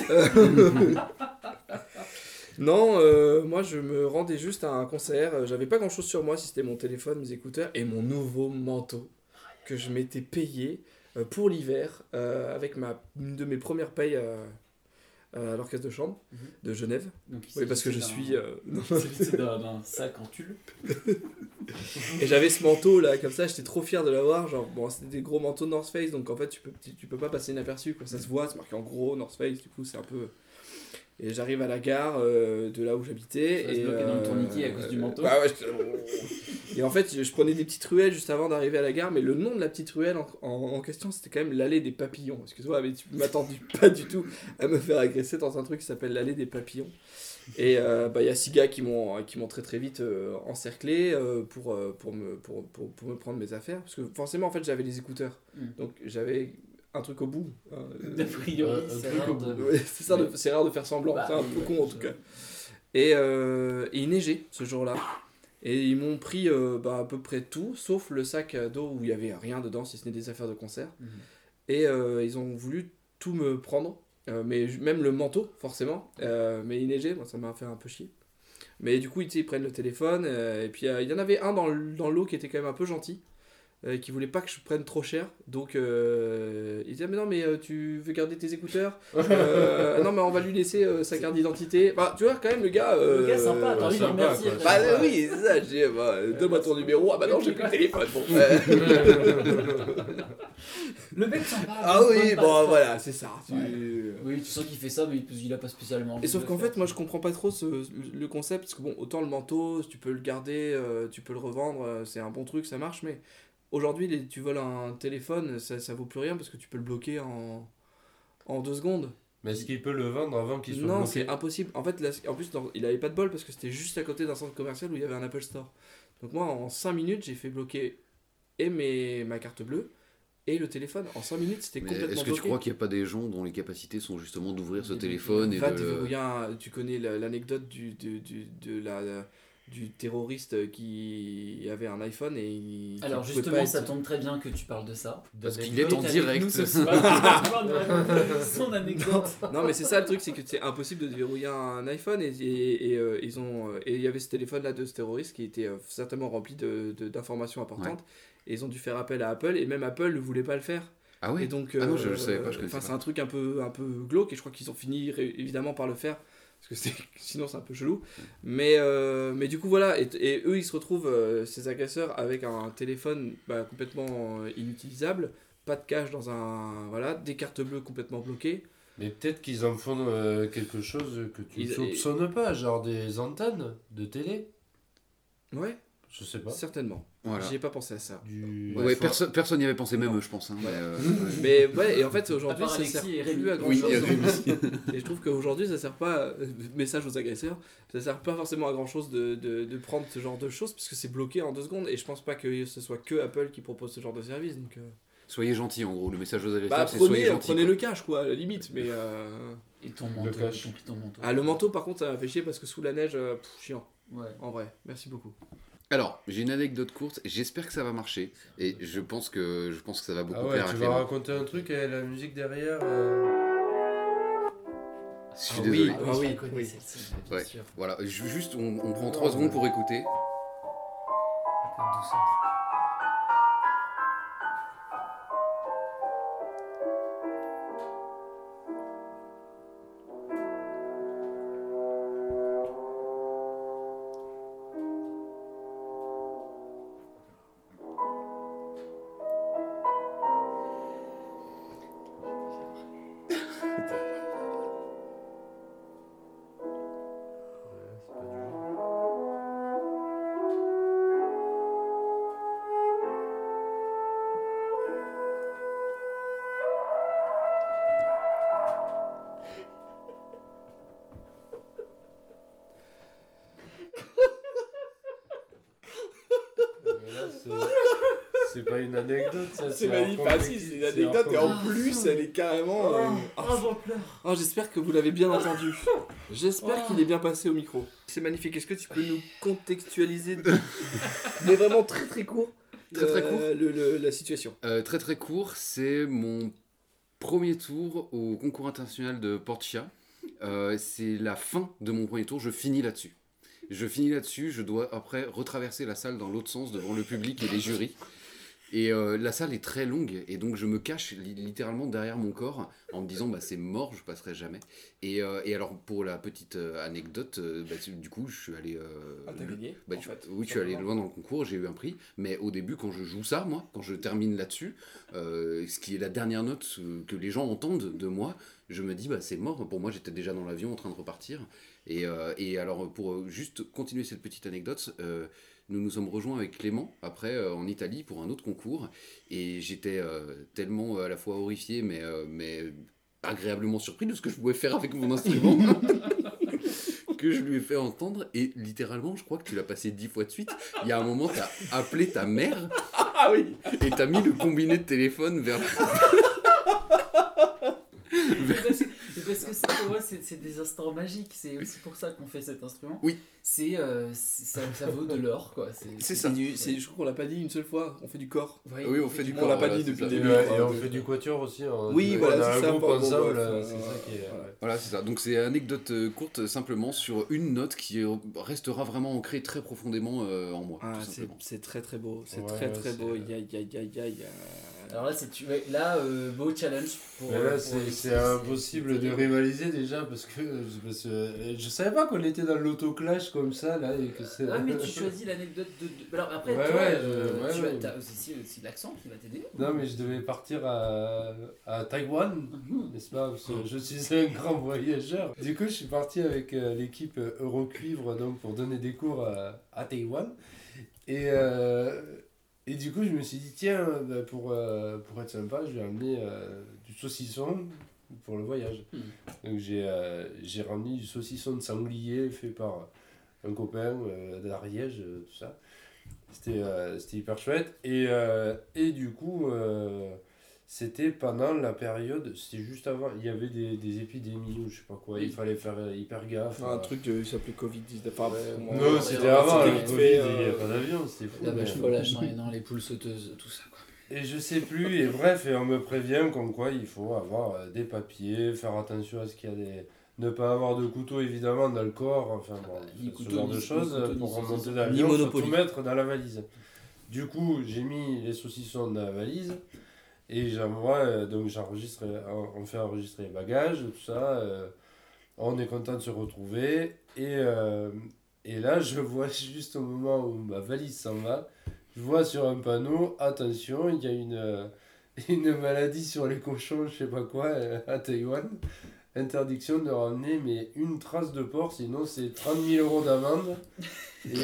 Non, moi je me rendais juste à un concert. J'avais pas grand chose sur moi, si c'était mon téléphone, mes écouteurs et mon nouveau manteau que je m'étais payé pour l'hiver avec une de mes premières payes à l'orchestre de chambre de Genève. Donc, il Oui, parce que je s'agissait suis. Il s'agissait d'un sac en tulle. Et j'avais ce manteau là, comme ça, j'étais trop fier de l'avoir. Genre, bon, c'était des gros manteaux North Face, donc en fait, tu peux pas passer inaperçu, quoi. Ça se voit, c'est marqué en gros North Face, du coup, c'est un peu. Et j'arrive à la gare de là où j'habitais. Ça va se Et bloquer dans le tourniquet à cause du manteau. Bah ouais, et en fait, je prenais des petites ruelles juste avant d'arriver à la gare, mais le nom de la petite ruelle en question, c'était quand même l'allée des papillons. Excuse-moi, mais tu m'attendais pas du tout à me faire agresser dans un truc qui s'appelle l'allée des papillons. Et bah, y a 6 gars qui m'ont très vite encerclé pour me prendre mes affaires. Parce que forcément, en fait, j'avais les écouteurs. Donc j'avais un truc au bout. Hein. A priori, un c'est truc rare au de... bout. Ouais, c'est ça, c'est rare de faire semblant. Bah, c'est un peu con en tout cas. Et il neigeait ce jour-là. Et ils m'ont pris à peu près tout, sauf le sac à dos où il n'y avait rien dedans, si ce n'est des affaires de concert. Et ils ont voulu tout me prendre, mais même le manteau, forcément. Mais il neigeait, moi ça m'a fait un peu chier. Mais du coup, ils prennent le téléphone, et puis il y en avait un dans l'eau qui était quand même un peu gentil, qui voulait pas que je prenne trop cher. Donc il disait, mais non, mais tu veux garder tes écouteurs? Non, mais on va lui laisser sa carte d'identité. Bah, tu vois, quand même, le gars. Le gars sympa, t'as envie de le sympa, remercier. quoi. Bah oui, c'est ça, j'ai dit, donne-moi ton numéro. Ah bah non, j'ai plus le téléphone. Bon. Le mec sympa. Ah il oui, demande pas bon ça. voilà, c'est ça. Oui, tu sens qu'il fait ça, mais il a pas spécialement envie Et sauf de qu'en le fait, faire. moi je comprends pas trop le concept, parce que bon, autant le manteau, tu peux le garder, tu peux le revendre, c'est un bon truc, ça marche, mais aujourd'hui, tu voles un téléphone, ça vaut plus rien parce que tu peux le bloquer en 2 secondes. Mais est-ce qu'il peut le vendre avant qu'il soit Non, bloqué? c'est impossible. En fait, là, en plus, il avait pas de bol parce que c'était juste à côté d'un centre commercial où il y avait un Apple Store. Donc moi, en 5 minutes, j'ai fait bloquer ma carte bleue et le téléphone. En 5 minutes, c'était Mais complètement est-ce que bloqué. tu crois qu'il n'y a pas des gens dont les capacités sont justement d'ouvrir ce téléphone et Va de... déverrouiller tu connais l'anecdote du terroriste qui avait un iPhone et Alors qui pouvait justement, pas ça être- tombe très bien que tu parles de ça. Parce David qu'il est en avec direct. nous ce soir. Son anecdote. Non mais c'est ça le truc, c'est que c'est impossible de déverrouiller un iPhone et ils ont et il y avait ce téléphone là de ce terroriste qui était certainement rempli d'informations importantes et ils ont dû faire appel à Apple et même Apple ne voulait pas le faire. Ah ouais. Et donc Ah non, je le savais pas, je connaissais enfin pas. c'est un truc un peu glauque et je crois qu'ils ont fini évidemment par le faire parce que sinon c'est un peu chelou. Mais du coup voilà et eux ils se retrouvent ces agresseurs avec un téléphone complètement inutilisable, pas de cache dans un voilà, des cartes bleues complètement bloquées. Mais peut-être qu'ils en font quelque chose que tu ne Ils- soupçonnes pas, genre des antennes de télé. Ouais, Je sais pas. certainement. Voilà. J'y ai pas pensé à ça. Ouais, personne n'y avait pensé, même je pense. Hein, Mais ouais, et en fait À aujourd'hui part ça sert Alexis et Rémi. plus à grand Oui, chose. il y a Rémi. Et je trouve qu'aujourd'hui ça sert pas, message aux agresseurs, ça sert pas forcément à grand chose de prendre ce genre de choses parce que c'est bloqué en 2 secondes et je pense pas que ce soit que Apple qui propose ce genre de service. Donc, Soyez gentils, en gros. Le message aux agresseurs, c'est soyez prenez, gentils. prenez quoi. le cash quoi, à la limite. Mais Et ton manteau. cache. Ton manteau. ah, le manteau par contre ça m'a fait chier parce que sous la neige, chiant, Ouais. en vrai. Merci beaucoup. Alors, j'ai une anecdote courte. J'espère que ça va marcher. Et je pense que ça va beaucoup Ah ouais, plaire à tu vas Clément. raconter un truc et la musique derrière. Je suis Ah désolé. oui. Ah Ah oui, oui, je la connais oui. celle-ci, bien Ouais. sûr. Voilà, juste, on prend 3 secondes pour écouter. Un peu de douceur. Mais là, c'est pas une anecdote, ça. C'est hors magnifique. Ah si, contexte, c'est une anecdote et hors en plus elle est carrément. j'en pleure. Oh, j'espère que vous l'avez bien entendu. J'espère qu'il est bien passé au micro. C'est magnifique. Est-ce que tu peux nous contextualiser, mais vraiment très très court, Très court. la situation. Très très court, c'est mon premier tour au concours international de Portia. C'est la fin de mon premier tour, je finis là-dessus. Je dois après retraverser la salle dans l'autre sens devant le public et les jurys. Et la salle est très longue et donc je me cache littéralement derrière mon corps en me disant c'est mort, je passerai jamais. Et alors pour la petite anecdote, du coup je suis allé... T'as gagné Bah, en fait, oui, je suis allé loin dans le concours, j'ai eu un prix, mais au début, quand je joue ça, moi, quand je termine là-dessus, ce qui est la dernière note que les gens entendent de moi, je me dis, c'est mort. Pour moi, j'étais déjà dans l'avion en train de repartir. Et alors, pour juste continuer cette petite anecdote, nous nous sommes rejoints avec Clément, après, en Italie, pour un autre concours. Et j'étais tellement à la fois horrifié, mais agréablement surpris de ce que je pouvais faire avec mon instrument. Que je lui ai fait entendre et littéralement je crois que tu l'as passé 10 fois de suite. Il y a un moment t'as appelé ta mère et t'as mis le combiné de téléphone vers Parce que c'est, ouais, c'est des instants magiques, c'est aussi pour ça qu'on fait cet instrument. Oui. Ça vaut de l'or quoi. C'est ça. Je crois qu'on l'a pas dit une seule fois. On fait du corps. Ouais, Oui, on fait du On l'a pas voilà, dit c'est depuis ça. le début. Et on fait du quatuor aussi. Oui, voilà, on a c'est un ça, groupe bon, ensemble, bref, c'est ça qui est. Voilà, c'est ça. Donc c'est anecdote courte simplement sur une note qui restera vraiment ancrée très profondément en moi. Ah, tout simplement. c'est très très beau. C'est Ouais, très ouais, très c'est- beau. Aïe. Alors là, beau challenge pour. Mais là, pour c'est Alexis, impossible de terrible. rivaliser déjà parce que je savais pas qu'on était dans l'autoclash comme ça là et que c'est. Ah mais tu choisis l'anecdote de. Alors après, Ouais, toi, ouais, tu ouais. as aussi l'accent qui va t'aider. Non mais je devais partir à Taïwan, n'est-ce pas? Parce que je suis un grand voyageur. Du coup, je suis parti avec l'équipe Eurocuivre donc pour donner des cours à Taïwan. Et du coup, je me suis dit, tiens, bah, pour être sympa, je vais amener du saucisson pour le voyage. Donc j'ai ramené du saucisson de sanglier fait par un copain d'Ariège, tout ça. C'était hyper chouette. Et du coup, c'était pendant la période, c'était juste avant, il y avait des épidémies ou je sais pas quoi, il fallait faire hyper gaffe. Un truc qui s'appelait Covid-19. Enfin, Non, c'était avant, c'était le vite Covid, fait, il n'y a pas d'avion, c'était fou. La vache folle, les poules sauteuses, tout ça quoi. Et je sais plus, et bref, et on me prévient comme quoi il faut avoir des papiers, faire attention à ce qu'il y a des... Ne pas avoir de couteau évidemment dans le corps, enfin bon, Ni ce couteau, genre ni de choses, couteau, pour ni remonter saucisson. dans Ni l'avion, il faut Monopoly. tout mettre dans la valise. Du coup, j'ai mis les saucissons dans la valise, et j'envoie, donc j'enregistre, on fait enregistrer les bagages, tout ça, on est content de se retrouver, et là je vois juste au moment où ma valise s'en va, je vois sur un panneau, attention, il y a une maladie sur les cochons, je sais pas quoi, à Taïwan. Interdiction de ramener mais une trace de porc, sinon c'est 30 000 € d'amende et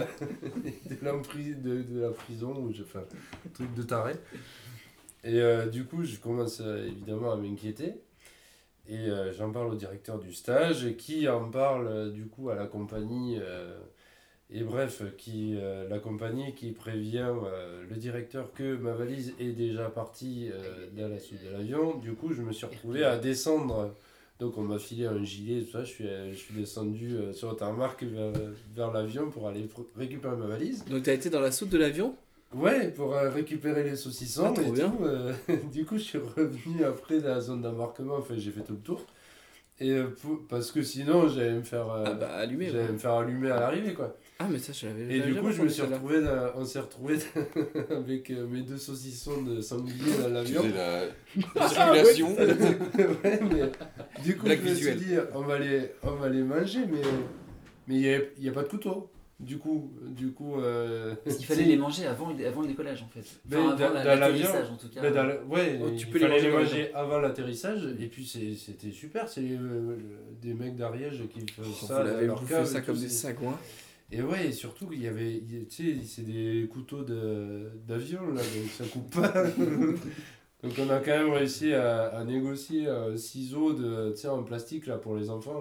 de la prison, ou enfin, un truc de taré. Et du coup, je commence évidemment à m'inquiéter. Et j'en parle au directeur du stage, qui en parle du coup à la compagnie. Et bref, la compagnie qui prévient le directeur que ma valise est déjà partie dans la suite de l'avion. Du coup, je me suis retrouvé à descendre. Donc, on m'a filé un gilet, tout ça. Je suis descendu sur le tarmac vers l'avion pour aller récupérer ma valise. Donc t'as été dans la soute de l'avion? Ouais, pour récupérer les saucissons. Ah, trop bien. Tout, du coup, je suis revenu après dans la zone d'embarquement. Enfin, j'ai fait tout le tour. Et parce que sinon, j'allais me faire allumer. j'allais me faire allumer à l'arrivée, quoi. Ah, mais ça, je l'avais. Et du coup, on s'est retrouvé on s'est retrouvé avec mes 2 saucissons de sanglier dans Tu l'avion. faisais la simulation. Ouais, mais du coup, Blague je me suis visuelle. dit, on va les manger, mais il y a pas de couteau. Du coup, Parce qu'il fallait les manger avant le décollage en fait. Mais Enfin, avant dans l'atterrissage en tout cas. Ouais, Oh, tu il peux les fallait les manger manger avant l'atterrissage, et puis c'était super, c'est des mecs d'Ariège qui font ça. Vous l'avez dans leur bouffé cave ça et comme tout, des c'est- sagouins. Et ouais, et surtout qu'il y avait, tu sais, c'est des couteaux d'avion là, donc ça coupe pas. Donc on a quand même réussi à négocier un ciseau tu sais, en plastique là pour les enfants,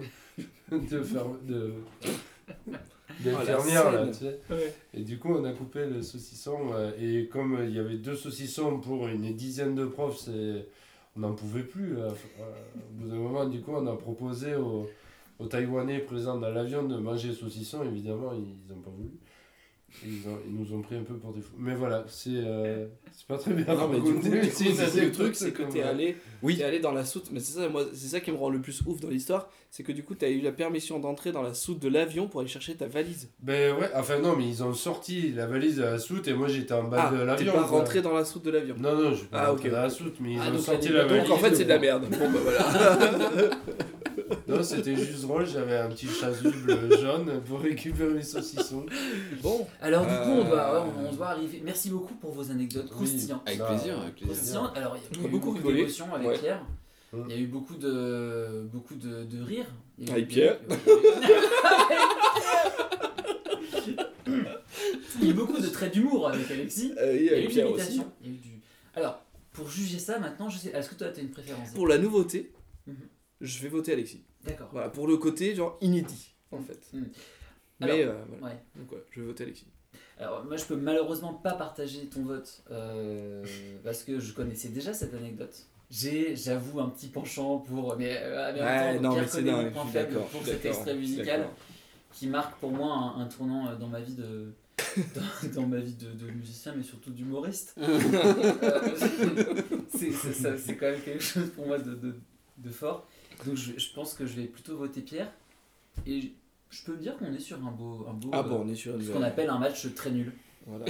d'infirmière là, tu sais. Ouais. Et du coup on a coupé le saucisson, et comme il y avait 2 saucissons pour une dizaine de profs, on n'en pouvait plus. Au bout d'un moment, du coup, on a proposé aux Taïwanais présents dans l'avion de manger saucisson. Évidemment, ils n'ont pas voulu. Et ils nous ont pris un peu pour des fous. Mais voilà, c'est pas très bien Non, mais du coup, raconté. le truc, c'est que t'es allé, Oui. t'es allé dans la soute. Mais c'est ça qui me rend le plus ouf dans l'histoire. C'est que du coup, t'as eu la permission d'entrer dans la soute de l'avion pour aller chercher ta valise. Ben ouais, enfin non, mais ils ont sorti la valise de la soute et moi j'étais en bas de T'es l'avion. pas quoi. rentré dans la soute de l'avion. Non, je suis pas Ah, rentré ok, dans la ok. soute, mais ils Ah, ont donc sorti il y a la des- valise. Donc en fait, c'est de la merde. Bon, bah voilà. Non, c'était juste drôle, j'avais un petit chasuble jaune pour récupérer mes saucissons. Bon. Alors du coup, on doit arriver. Merci beaucoup pour vos anecdotes Oui. croustillantes. Avec Bah, plaisir, avec plaisir. Croustillantes. Alors il y On a a eu beaucoup beaucoup rigolé. d'émotions avec Ouais. Pierre. Mm. Il y a eu beaucoup de rires. Il y a eu Avec des- Pierre. Il y a eu beaucoup de traits d'humour avec Alexis. Il Il y y a a eu eu de Pierre aussi. l'imitation. Il y a eu du... Alors, pour juger ça maintenant, je sais. Est-ce que toi tu as une préférence? Pour la nouveauté, Mhm. je vais voter Alexis. D'accord. Voilà, pour le côté genre inédit en fait. Mhm. Mais Alors, voilà. Ouais. Donc ouais, je vais voter Alexis. Alors moi je peux malheureusement pas partager ton vote parce que je connaissais déjà cette anecdote. J'avoue un petit penchant pour mais en même temps, Pierre connaît mon point faible pour cet extrait musical qui marque pour moi un tournant dans ma vie dans ma vie de musicien mais surtout d'humoriste. C'est quand même quelque chose pour moi de fort. Donc je pense que je vais plutôt voter Pierre et je peux dire qu'on est sur un beau Ah bon, on est sur une ce qu'on appelle un match très nul. Voilà.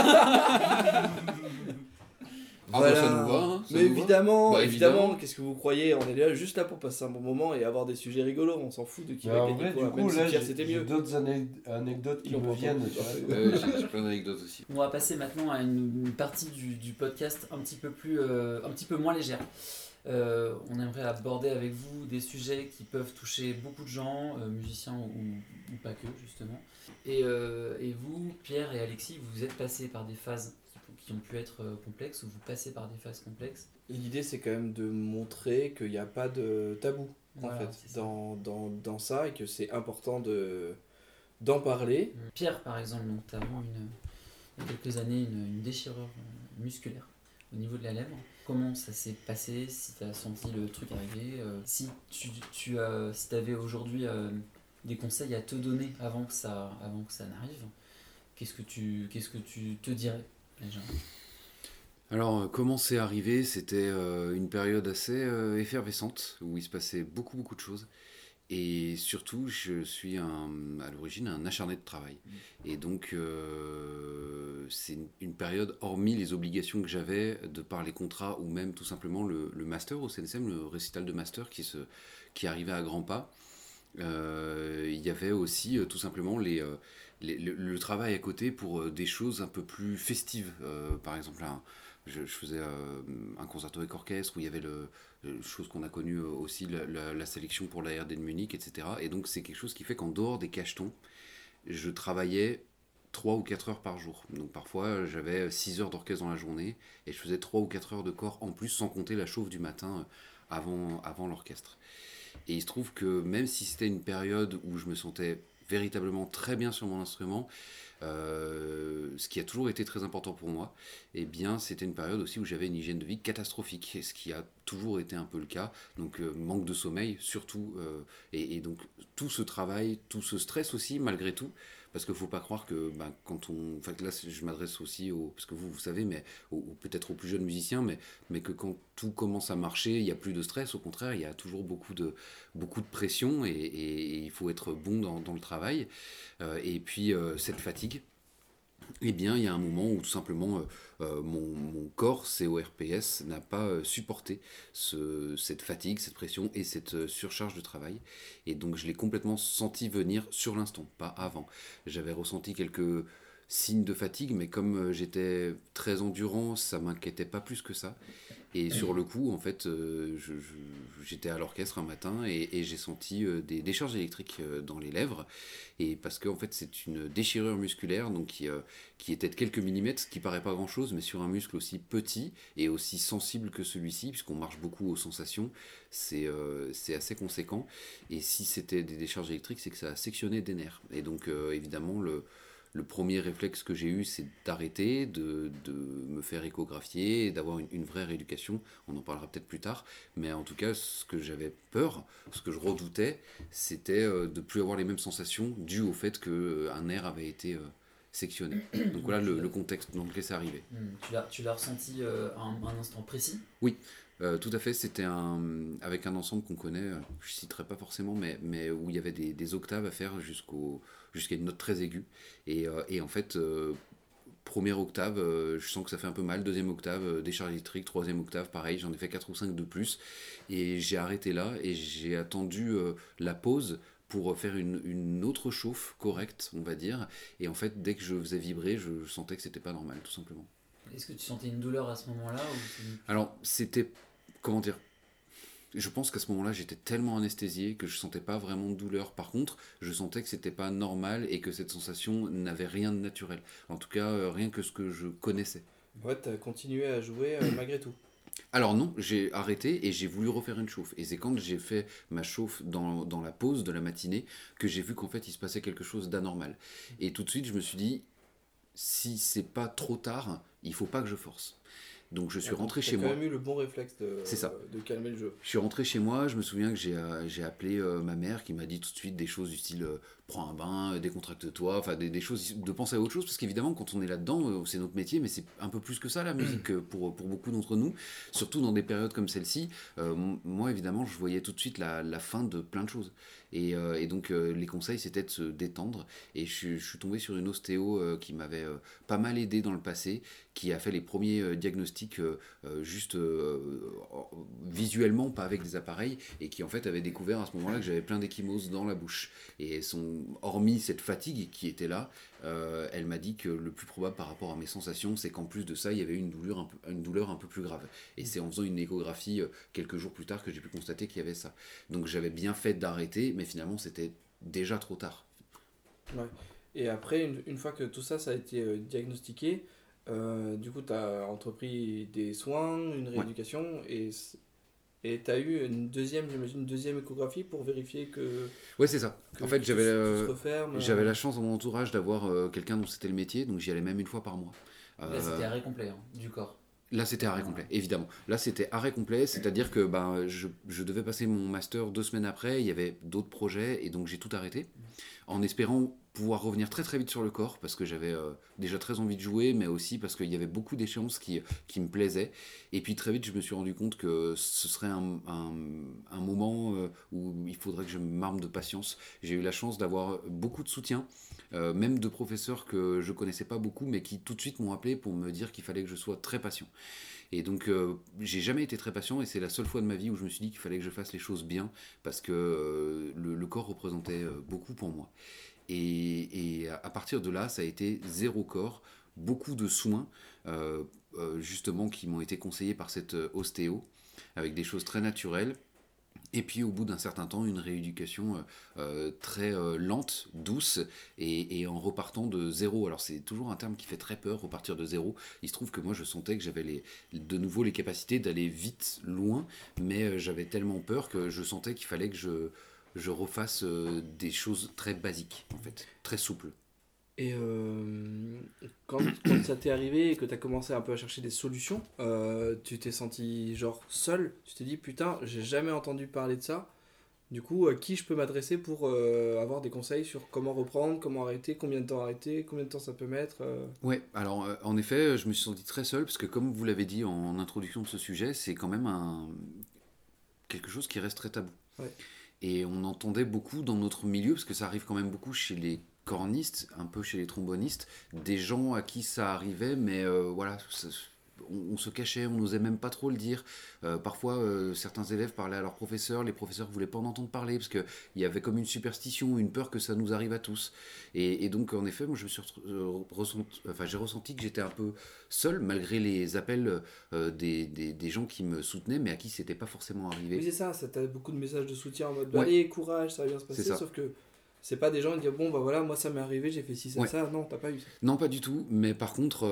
Ah bah ça nous va, hein, ça Mais nous va. évidemment, Bah, évidemment, évidemment. qu'est-ce que vous croyez? On est là juste là pour passer un bon moment et avoir des sujets rigolos. On s'en fout de qui Mais va en gagner vrai, quoi. du Même coup, si là, Pierre c'était j'ai mieux. d'autres anecdotes qui Ils l'ont me pas viennent. entendu. Tu vois. J'ai plein d'anecdotes aussi. On va passer maintenant à une partie du podcast un petit peu moins légère. On aimerait aborder avec vous des sujets qui peuvent toucher beaucoup de gens, musiciens ou pas que justement. Et vous, Pierre et Alexis, vous êtes passés par des phases qui ont pu être complexes ou vous passez par des phases complexes. Et l'idée, c'est quand même de montrer qu'il n'y a pas de tabou, Voilà, en c'est fait, ça. dans ça, et que c'est important d'en parler. Pierre, par exemple, donc, tu as eu il y a quelques années une déchirure musculaire au niveau de la lèvre. Comment ça s'est passé, si tu as senti le truc arriver, si tu avais aujourd'hui des conseils à te donner avant que ça n'arrive, qu'est-ce que tu te dirais déjà? Alors, comment c'est arrivé? C'était une période assez effervescente où il se passait beaucoup, beaucoup de choses. Et surtout, je suis à l'origine un acharné de travail. Et donc, c'est une période, hormis les obligations que j'avais de par les contrats ou même tout simplement le master au CNSM, le récital de master qui arrivait à grands pas. Il y avait aussi tout simplement le travail à côté pour des choses un peu plus festives. Par exemple, je faisais un concerto avec orchestre où il y avait chose qu'on a connue aussi, la sélection pour l'ARD de Munich, etc. Et donc c'est quelque chose qui fait qu'en dehors des cachetons, je travaillais 3 ou 4 heures par jour. Donc parfois j'avais 6 heures d'orchestre dans la journée et je faisais 3 ou 4 heures de corps en plus sans compter la chauffe du matin avant l'orchestre. Et il se trouve que même si c'était une période où je me sentais véritablement très bien sur mon instrument, ce qui a toujours été très important pour moi, eh bien c'était une période aussi où j'avais une hygiène de vie catastrophique, ce qui a toujours été un peu le cas, donc manque de sommeil surtout, et donc tout ce travail, tout ce stress aussi malgré tout, parce qu'il ne faut pas croire que quand on... Enfin là je m'adresse aussi parce que vous savez, mais peut-être aux plus jeunes musiciens, mais que quand tout commence à marcher, il n'y a plus de stress, au contraire, il y a toujours beaucoup de pression, et il faut être bon dans le travail. Et puis cette fatigue, eh bien, il y a un moment où tout simplement mon corps CORPS n'a pas supporté cette fatigue, cette pression et cette surcharge de travail. Et donc, je l'ai complètement senti venir sur l'instant, pas avant. J'avais ressenti quelques signes de fatigue, mais comme j'étais très endurant, ça m'inquiétait pas plus que ça. Et sur le coup, en fait, j'étais à l'orchestre un matin et j'ai senti des décharges électriques dans les lèvres. Et parce que en fait, c'est une déchirure musculaire donc qui était de quelques millimètres, ce qui paraît pas grand-chose, mais sur un muscle aussi petit et aussi sensible que celui-ci, puisqu'on marche beaucoup aux sensations, c'est assez conséquent. Et si c'était des décharges électriques, c'est que ça a sectionné des nerfs. Et donc, évidemment, le premier réflexe que j'ai eu, c'est d'arrêter, de me faire échographier, d'avoir une vraie rééducation. On en parlera peut-être plus tard. Mais en tout cas, ce que j'avais peur, ce que je redoutais, c'était de ne plus avoir les mêmes sensations dues au fait qu'un nerf avait été sectionné. Donc voilà le contexte dans lequel c'est arrivé. Tu l'as ressenti à un instant précis? Oui. Tout à fait, c'était avec un ensemble qu'on connaît, je ne citerai pas forcément, mais où il y avait des octaves à faire jusqu'à une note très aiguë. Et en fait, première octave, je sens que ça fait un peu mal, deuxième octave, décharge électrique, troisième octave, pareil, j'en ai fait 4 ou 5 de plus. Et j'ai arrêté là et j'ai attendu la pause pour faire une autre chauffe correcte, on va dire. Et en fait, dès que je faisais vibrer, je sentais que c'était pas normal, tout simplement. Est-ce que tu sentais une douleur à ce moment-là Alors, c'était... Comment dire? Je pense qu'à ce moment-là, j'étais tellement anesthésié que je sentais pas vraiment de douleur. Par contre, je sentais que c'était pas normal et que cette sensation n'avait rien de naturel. En tout cas, rien que ce que je connaissais. Ouais, t'as continué à jouer malgré tout. Alors non, j'ai arrêté et j'ai voulu refaire une chauffe. Et c'est quand j'ai fait ma chauffe dans la pause de la matinée que j'ai vu qu'en fait, il se passait quelque chose d'anormal. Et tout de suite, je me suis dit, si c'est pas trop tard, il faut pas que je force. Donc je suis rentré chez moi. T'as quand même eu le bon réflexe C'est ça. de calmer le jeu. Je suis rentré chez moi, je me souviens que j'ai appelé ma mère qui m'a dit tout de suite des choses du style prends un bain, décontracte-toi, enfin des choses, de penser à autre chose, parce qu'évidemment quand on est là-dedans, c'est notre métier, mais c'est un peu plus que ça la musique pour beaucoup d'entre nous, surtout dans des périodes comme celle-ci. Moi évidemment je voyais tout de suite la fin de plein de choses. Et donc les conseils c'était de se détendre, et je suis tombé sur une ostéo qui m'avait pas mal aidé dans le passé, qui a fait les premiers diagnostics juste visuellement, pas avec des appareils, et qui en fait avait découvert à ce moment-là que j'avais plein d'échymoses dans la bouche. Et hormis cette fatigue qui était là, elle m'a dit que le plus probable par rapport à mes sensations, c'est qu'en plus de ça, il y avait une douleur un peu plus grave. Et c'est en faisant une échographie quelques jours plus tard que j'ai pu constater qu'il y avait ça. Donc j'avais bien fait d'arrêter, mais finalement c'était déjà trop tard. Ouais. Et après, une fois que tout ça, ça a été diagnostiqué, du coup, tu as entrepris des soins, une rééducation, et tu as eu j'imagine, une deuxième échographie pour vérifier que... Ouais, c'est ça. En fait, tout se referme. j'avais la chance dans mon entourage d'avoir quelqu'un dont c'était le métier, donc j'y allais même une fois par mois. Là, c'était arrêt complet du corps. Là, c'était arrêt complet, évidemment. Là, c'était arrêt complet, c'est-à-dire que je devais passer mon master 2 semaines après, il y avait d'autres projets, et donc j'ai tout arrêté, en espérant pouvoir revenir très très vite sur le corps, parce que j'avais déjà très envie de jouer, mais aussi parce qu'il y avait beaucoup d'échéances qui me plaisaient. Et puis très vite, je me suis rendu compte que ce serait un moment où il faudrait que je m'arme de patience. J'ai eu la chance d'avoir beaucoup de soutien, même de professeurs que je connaissais pas beaucoup, mais qui tout de suite m'ont appelé pour me dire qu'il fallait que je sois très patient. Et donc, j'ai jamais été très patient, et c'est la seule fois de ma vie où je me suis dit qu'il fallait que je fasse les choses bien, parce que le corps représentait beaucoup pour moi. Et à partir de là, ça a été 0 corps, beaucoup de soins, justement, qui m'ont été conseillés par cette ostéo, avec des choses très naturelles. Et puis au bout d'un certain temps, une rééducation très lente, douce, et en repartant de 0. Alors c'est toujours un terme qui fait très peur, repartir de 0. Il se trouve que moi je sentais que j'avais de nouveau les capacités d'aller vite, loin, mais j'avais tellement peur que je sentais qu'il fallait que je refasse des choses très basiques, en fait, très souples. Et quand ça t'est arrivé et que t'as commencé un peu à chercher des solutions, tu t'es senti genre seul, tu t'es dit putain, j'ai jamais entendu parler de ça. Du coup, qui je peux m'adresser pour avoir des conseils sur comment reprendre, comment arrêter, combien de temps ça peut mettre Ouais, alors en effet, je me suis senti très seul, parce que comme vous l'avez dit en introduction de ce sujet, c'est quand même quelque chose qui reste très tabou. Ouais. Et on entendait beaucoup dans notre milieu, parce que ça arrive quand même beaucoup chez les cornistes, un peu chez les trombonistes, des gens à qui ça arrivait, mais voilà, on se cachait, on n'osait même pas trop le dire. Parfois, certains élèves parlaient à leurs professeurs, les professeurs ne voulaient pas en entendre parler, parce qu'il y avait comme une superstition, une peur que ça nous arrive à tous. Et donc, en effet, moi, j'ai ressenti que j'étais un peu seul, malgré les appels des gens qui me soutenaient, mais à qui c'était pas forcément arrivé. Oui, c'est ça, t'as beaucoup de messages de soutien en mode Ouais. allez, courage, ça va bien se passer, C'est ça. sauf que c'est pas des gens qui disent bon bah voilà, moi ça m'est arrivé, j'ai fait ci, ça, Ouais. ça, non, t'as pas eu ça. Non, pas du tout, mais par contre,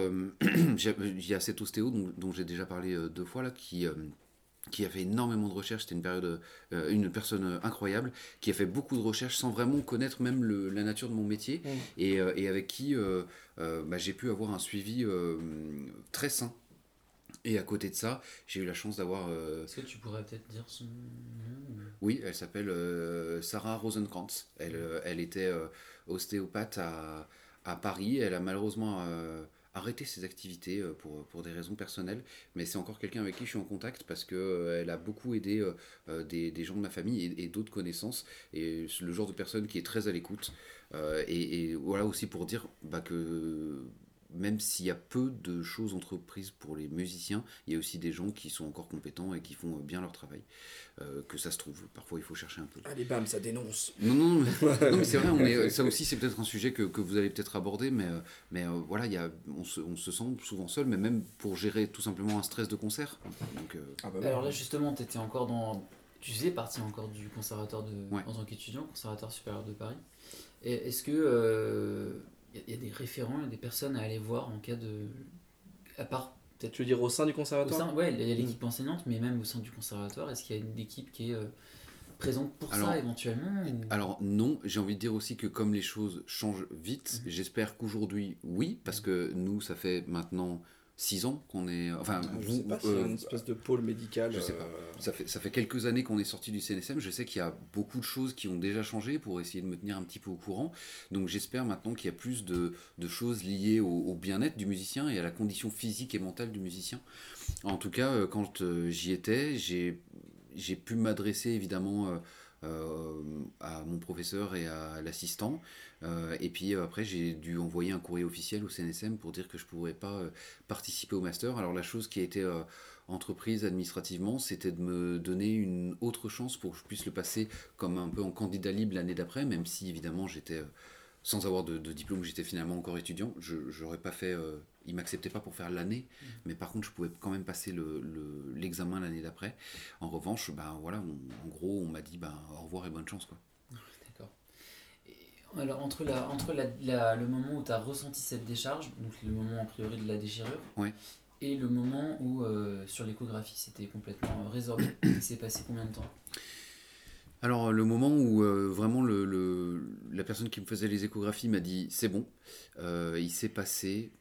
il y a cet ostéo dont j'ai déjà parlé 2 fois, là, qui a fait énormément de recherches. C'était une personne incroyable, qui a fait beaucoup de recherches sans vraiment connaître même la nature de mon métier, et avec qui j'ai pu avoir un suivi très sain. Et à côté de ça, j'ai eu la chance d'avoir... Est-ce que tu pourrais peut-être dire son nom Oui, elle s'appelle Sarah Rosenkrantz. Elle était ostéopathe à Paris. Elle a malheureusement arrêté ses activités pour des raisons personnelles, mais c'est encore quelqu'un avec qui je suis en contact, parce qu'elle a beaucoup aidé des gens de ma famille et d'autres connaissances, et c'est le genre de personne qui est très à l'écoute. Et voilà, aussi pour dire que même s'il y a peu de choses entreprises pour les musiciens, il y a aussi des gens qui sont encore compétents et qui font bien leur travail. Que ça se trouve, parfois il faut chercher un peu. Allez bam, ça dénonce. Non, mais c'est vrai, ça aussi c'est peut-être un sujet que vous allez peut-être aborder, mais voilà, on se sent souvent seul, mais même pour gérer tout simplement un stress de concert. Donc, Alors là justement, tu faisais partie encore du conservatoire Ouais. en tant qu'étudiant, conservatoire supérieur de Paris. Et est-ce que il y a des référents, il y a des personnes à aller voir en cas de... À part peut-être... Tu veux dire au sein du conservatoire Ouais, il y a l'équipe enseignante, mais même au sein du conservatoire, est-ce qu'il y a une équipe qui est présente pour ça éventuellement ou... Alors non, j'ai envie de dire aussi que comme les choses changent vite, j'espère qu'aujourd'hui, oui, parce que nous, ça fait maintenant 6 ans qu'on est... Enfin, je sais pas s'il y a une espèce de pôle médical. Je sais pas. Ça fait quelques années qu'on est sorti du CNSM. Je sais qu'il y a beaucoup de choses qui ont déjà changé pour essayer de me tenir un petit peu au courant. Donc j'espère maintenant qu'il y a plus de choses liées au bien-être du musicien et à la condition physique et mentale du musicien. En tout cas, quand j'y étais, j'ai pu m'adresser évidemment à mon professeur et à l'assistant. Et puis après, j'ai dû envoyer un courrier officiel au CNSM pour dire que je ne pourrais pas participer au master. Alors la chose qui a été entreprise administrativement, c'était de me donner une autre chance pour que je puisse le passer comme un peu en candidat libre l'année d'après, même si évidemment j'étais sans avoir de diplôme, j'étais finalement encore étudiant. J'aurais pas fait, ils m'acceptaient pas pour faire l'année, mais par contre je pouvais quand même passer l'examen l'année d'après. En revanche, ben voilà, en gros on m'a dit au revoir et bonne chance quoi. D'accord. Et alors entre le moment où tu as ressenti cette décharge, donc le moment a priori de la déchirure, Ouais. et le moment où sur l'échographie c'était complètement résorbé, il s'est passé combien de temps? Alors le moment où vraiment la personne qui me faisait les échographies m'a dit c'est bon, il s'est passé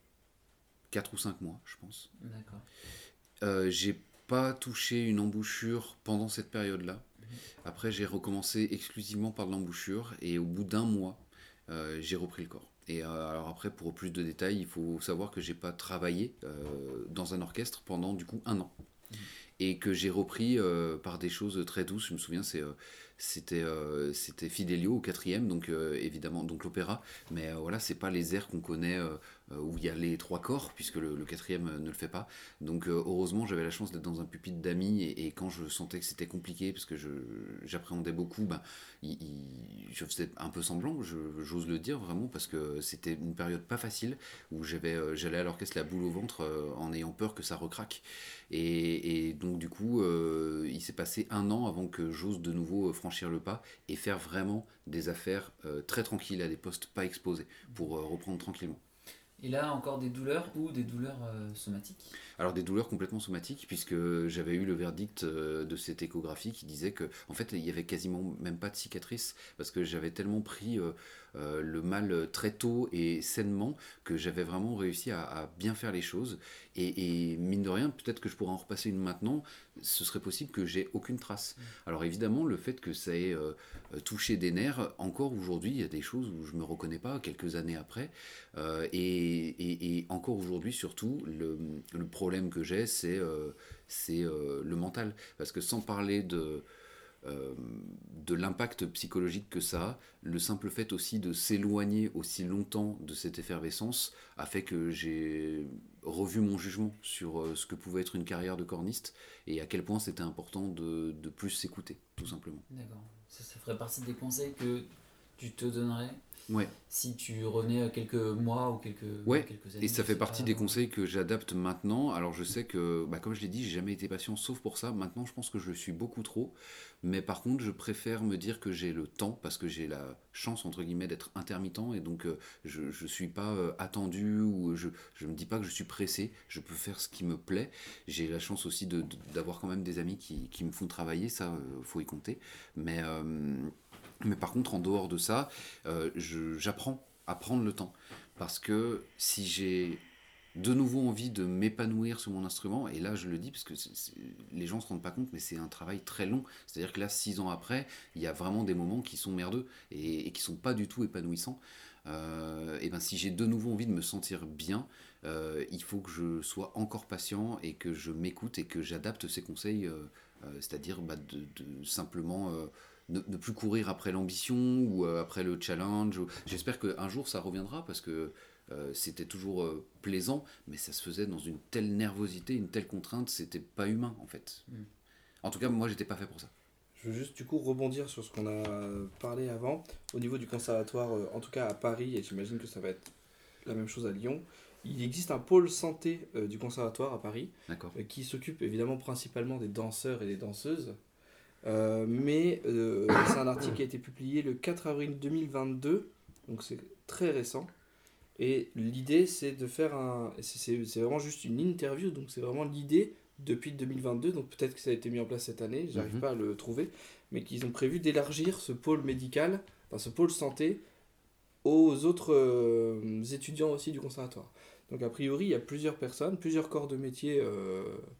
4 ou 5 mois je pense. D'accord. J'ai pas touché une embouchure pendant cette période-là. Après j'ai recommencé exclusivement par de l'embouchure et au bout d'un mois j'ai repris le corps. Et alors après pour plus de détails il faut savoir que j'ai pas travaillé dans un orchestre pendant du coup 1 an. Et que j'ai repris par des choses très douces. Je me souviens, c'était Fidelio au 4e, donc évidemment donc l'opéra, mais voilà, c'est pas les airs qu'on connaît où il y a les 3 corps, puisque le 4e ne le fait pas. Donc heureusement, j'avais la chance d'être dans un pupitre d'amis, et quand je sentais que c'était compliqué, parce que j'appréhendais beaucoup, je faisais un peu semblant, j'ose le dire vraiment, parce que c'était une période pas facile, où j'allais à l'orchestre la boule au ventre en ayant peur que ça recraque. Et donc du coup, il s'est passé 1 an avant que j'ose de nouveau franchir le pas et faire vraiment des affaires très tranquilles à des postes pas exposés pour reprendre tranquillement. Et là, encore des douleurs ou des douleurs somatiques? Alors des douleurs complètement somatiques, puisque j'avais eu le verdict de cette échographie qui disait que en fait il y avait quasiment même pas de cicatrice, parce que j'avais tellement pris le mal très tôt et sainement que j'avais vraiment réussi à bien faire les choses. Et mine de rien, peut-être que je pourrais en repasser une maintenant, ce serait possible que j'ai aucune trace. Alors évidemment, le fait que ça ait touché des nerfs, encore aujourd'hui, il y a des choses où je me reconnais pas quelques années après. Et encore aujourd'hui, surtout, le problème que j'ai, c'est le mental. Parce que sans parler de l'impact psychologique que ça a, le simple fait aussi de s'éloigner aussi longtemps de cette effervescence a fait que j'ai revu mon jugement sur ce que pouvait être une carrière de corniste et à quel point c'était important de plus s'écouter, tout simplement. D'accord. Ça ferait partie des conseils que tu te donnerais Ouais. si tu revenais à quelques mois ou quelques années. Et ça fait je sais partie pas, des conseils que j'adapte maintenant. Alors je sais que, comme je l'ai dit, j'ai jamais été patient sauf pour ça. Maintenant je pense que je le suis beaucoup trop. Mais par contre je préfère me dire que j'ai le temps, parce que j'ai la chance entre guillemets d'être intermittent, et donc je suis pas attendu, ou je me dis pas que je suis pressé. Je peux faire ce qui me plaît. J'ai la chance aussi d'avoir quand même des amis qui me font travailler, ça faut y compter. Mais par contre, en dehors de ça, j'apprends à prendre le temps. Parce que si j'ai de nouveau envie de m'épanouir sur mon instrument, et là je le dis parce que les gens ne se rendent pas compte, mais c'est un travail très long. C'est-à-dire que là, 6 ans après, il y a vraiment des moments qui sont merdeux et qui ne sont pas du tout épanouissants. Et ben si j'ai de nouveau envie de me sentir bien, il faut que je sois encore patient et que je m'écoute et que j'adapte ces conseils, c'est-à-dire de simplement ne plus courir après l'ambition ou après le challenge. J'espère qu'un jour ça reviendra, parce que c'était toujours plaisant, mais ça se faisait dans une telle nervosité, une telle contrainte, c'était pas humain en fait. En tout cas, moi j'étais pas fait pour ça. Je veux juste du coup rebondir sur ce qu'on a parlé avant. Au niveau du conservatoire, en tout cas à Paris, et j'imagine que ça va être la même chose à Lyon, il existe un pôle santé du conservatoire à Paris, D'accord. qui s'occupe évidemment principalement des danseurs et des danseuses. Mais c'est un article qui a été publié le 4 avril 2022, donc c'est très récent. Et l'idée, c'est de faire c'est vraiment juste une interview, donc c'est vraiment l'idée depuis 2022, donc peut-être que ça a été mis en place cette année, j'arrive pas à le trouver, mais qu'ils ont prévu d'élargir ce pôle médical, enfin ce pôle santé, aux autres étudiants aussi du conservatoire. Donc a priori, il y a plusieurs personnes, plusieurs corps de métier,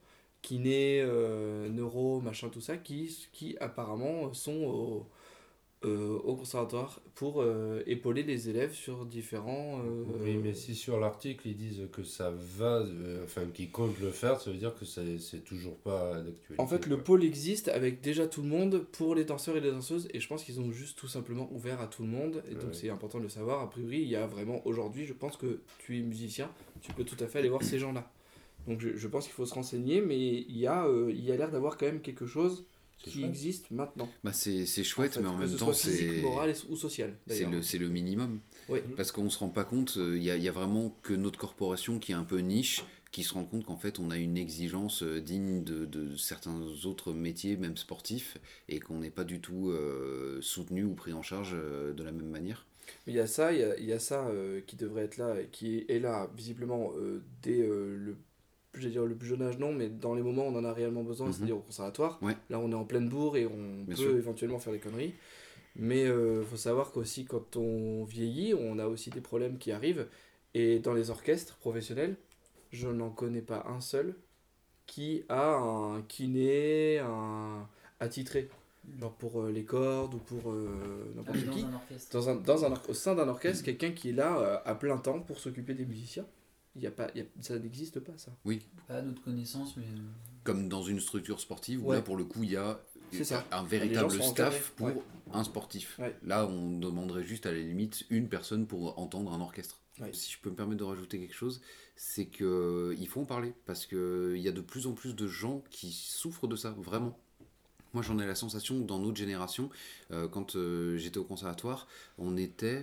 kiné, neuro, machin, tout ça, qui apparemment sont au conservatoire pour épauler les élèves sur différents... Oui, mais si sur l'article ils disent que ça va, qu'ils comptent le faire, ça veut dire que c'est toujours pas d'actualité. En fait, le pôle existe avec déjà tout le monde pour les danseurs et les danseuses, et je pense qu'ils ont juste tout simplement ouvert à tout le monde, et donc Ouais. c'est important de le savoir. A priori, il y a vraiment aujourd'hui, je pense que tu es musicien, tu peux tout à fait aller voir ces gens-là. Donc je pense qu'il faut se renseigner, mais il y a l'air d'avoir quand même quelque chose C'est qui chouette. existe maintenant. Bah c'est chouette, En fait, mais en que même ce temps, soit physique, c'est moral ou social. D'ailleurs. c'est le minimum. Oui. Parce qu'on se rend pas compte, il y a vraiment que notre corporation qui est un peu niche, qui se rend compte qu'en fait on a une exigence digne de certains autres métiers, même sportifs, et qu'on n'est pas du tout soutenu ou pris en charge de la même manière. Il y a ça, il y a ça qui devrait être là, et qui est là visiblement dès j'allais dire le plus jeune âge, non, mais dans les moments où on en a réellement besoin, Mhm. c'est-à-dire au conservatoire. Ouais. Là, on est en pleine bourre et on Bien peut sûr. éventuellement faire des conneries. Mais faut savoir qu'aussi, quand on vieillit, on a aussi des problèmes qui arrivent. Et dans les orchestres professionnels, je n'en connais pas un seul qui a un kiné, un attitré. Genre pour les cordes ou pour n'importe Dans qui. un orchestre. Au sein d'un orchestre, quelqu'un qui est là à plein temps pour s'occuper des musiciens. Ça n'existe pas, ça. Pas à notre connaissance, mais. Comme dans une structure sportive, où Ouais. là pour le coup il y a C'est ça. un Les véritable gens sont staff encadrés. pour un sportif. Ouais. Là on demanderait juste à la limite une personne pour entendre un orchestre. Ouais. Si je peux me permettre de rajouter quelque chose, c'est qu'il faut en parler, parce qu'il y a de plus en plus de gens qui souffrent de ça, vraiment. Moi j'en ai la sensation que dans notre génération, quand j'étais au conservatoire, on était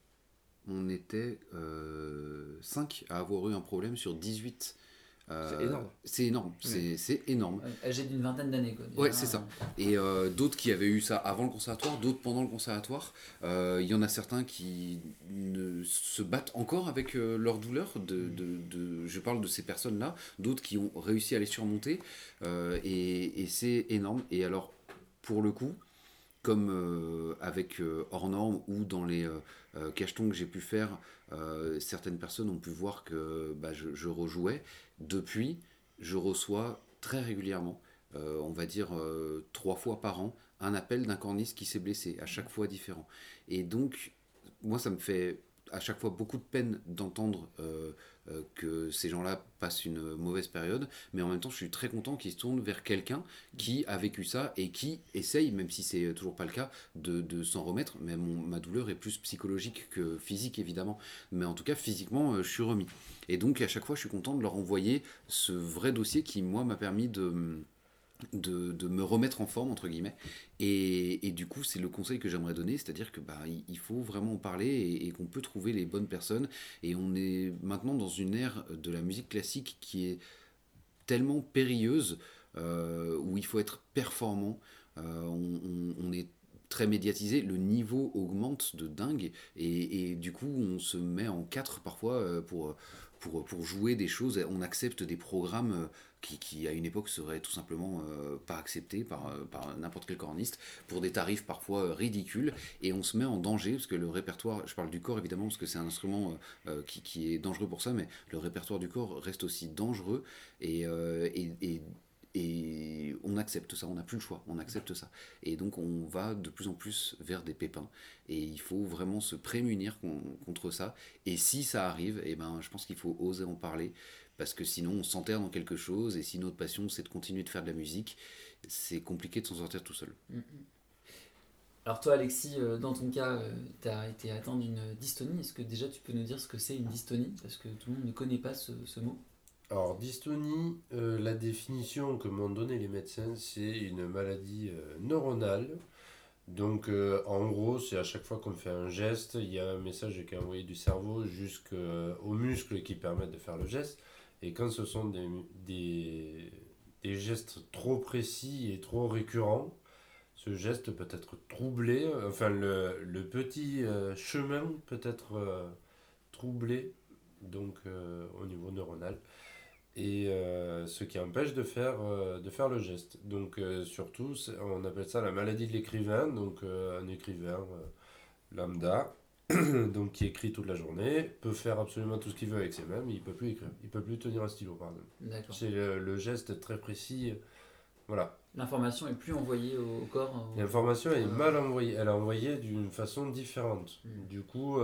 5 à avoir eu un problème sur 18. C'est énorme. C'est énorme, c'est énorme. Âgé d'une vingtaine d'années, quoi. Ouais, Déjà, c'est ça. Et d'autres qui avaient eu ça avant le conservatoire, d'autres pendant le conservatoire. Il y en a certains qui se battent encore avec leur douleur. Je parle de ces personnes-là. D'autres qui ont réussi à les surmonter. Et c'est énorme. Et alors, pour le coup, comme avec Hors Norme ou dans les cachetons que j'ai pu faire, certaines personnes ont pu voir que je rejouais. Depuis, je reçois très régulièrement, on va dire 3 fois par an, un appel d'un corniste qui s'est blessé, à chaque fois différent. Et donc, moi, ça me fait à chaque fois beaucoup de peine d'entendre que ces gens-là passent une mauvaise période, mais en même temps je suis très content qu'ils se tournent vers quelqu'un qui a vécu ça et qui essaye, même si c'est toujours pas le cas, de s'en remettre. Mais ma douleur est plus psychologique que physique évidemment, mais en tout cas physiquement je suis remis. Et donc à chaque fois je suis content de leur envoyer ce vrai dossier qui moi m'a permis de me remettre en forme entre guillemets, et du coup c'est le conseil que j'aimerais donner, c'est-à-dire que il faut vraiment en parler, et qu'on peut trouver les bonnes personnes. Et on est maintenant dans une ère de la musique classique qui est tellement périlleuse, où il faut être performant, on est très médiatisé, le niveau augmente de dingue, et du coup on se met en 4 parfois pour jouer des choses. On accepte des programmes qui à une époque seraient tout simplement pas acceptés par n'importe quel corniste, pour des tarifs parfois ridicules, et on se met en danger, parce que le répertoire, je parle du corps évidemment parce que c'est un instrument qui est dangereux pour ça, mais le répertoire du corps reste aussi dangereux, et on accepte ça, on n'a plus le choix, on accepte ça. Et donc on va de plus en plus vers des pépins, et il faut vraiment se prémunir contre ça. Et si ça arrive, je pense qu'il faut oser en parler, parce que sinon on s'enterre dans quelque chose, et si notre passion c'est de continuer de faire de la musique, c'est compliqué de s'en sortir tout seul. Alors toi Alexis, dans ton cas, tu as été atteint d'une dystonie. Est-ce que déjà tu peux nous dire ce que c'est une dystonie? Parce que tout le monde ne connaît pas ce mot. Alors, dystonie, la définition que m'ont donné les médecins, c'est une maladie neuronale. Donc, en gros, c'est à chaque fois qu'on fait un geste, il y a un message qui est envoyé du cerveau jusqu'aux muscles qui permettent de faire le geste. Et quand ce sont des gestes trop précis et trop récurrents, ce geste peut être troublé. Enfin, le petit chemin peut être troublé, donc au niveau neuronal. Et ce qui empêche de faire le geste. Donc surtout, on appelle ça la maladie de l'écrivain. Donc un écrivain lambda, donc qui écrit toute la journée, peut faire absolument tout ce qu'il veut avec ses mains, mais il peut plus écrire. Il peut plus tenir un stylo, par exemple. D'accord. C'est le geste très précis Voilà. L'information est plus envoyée au corps. L'information est mal envoyée. Elle est envoyée d'une façon différente. Du coup,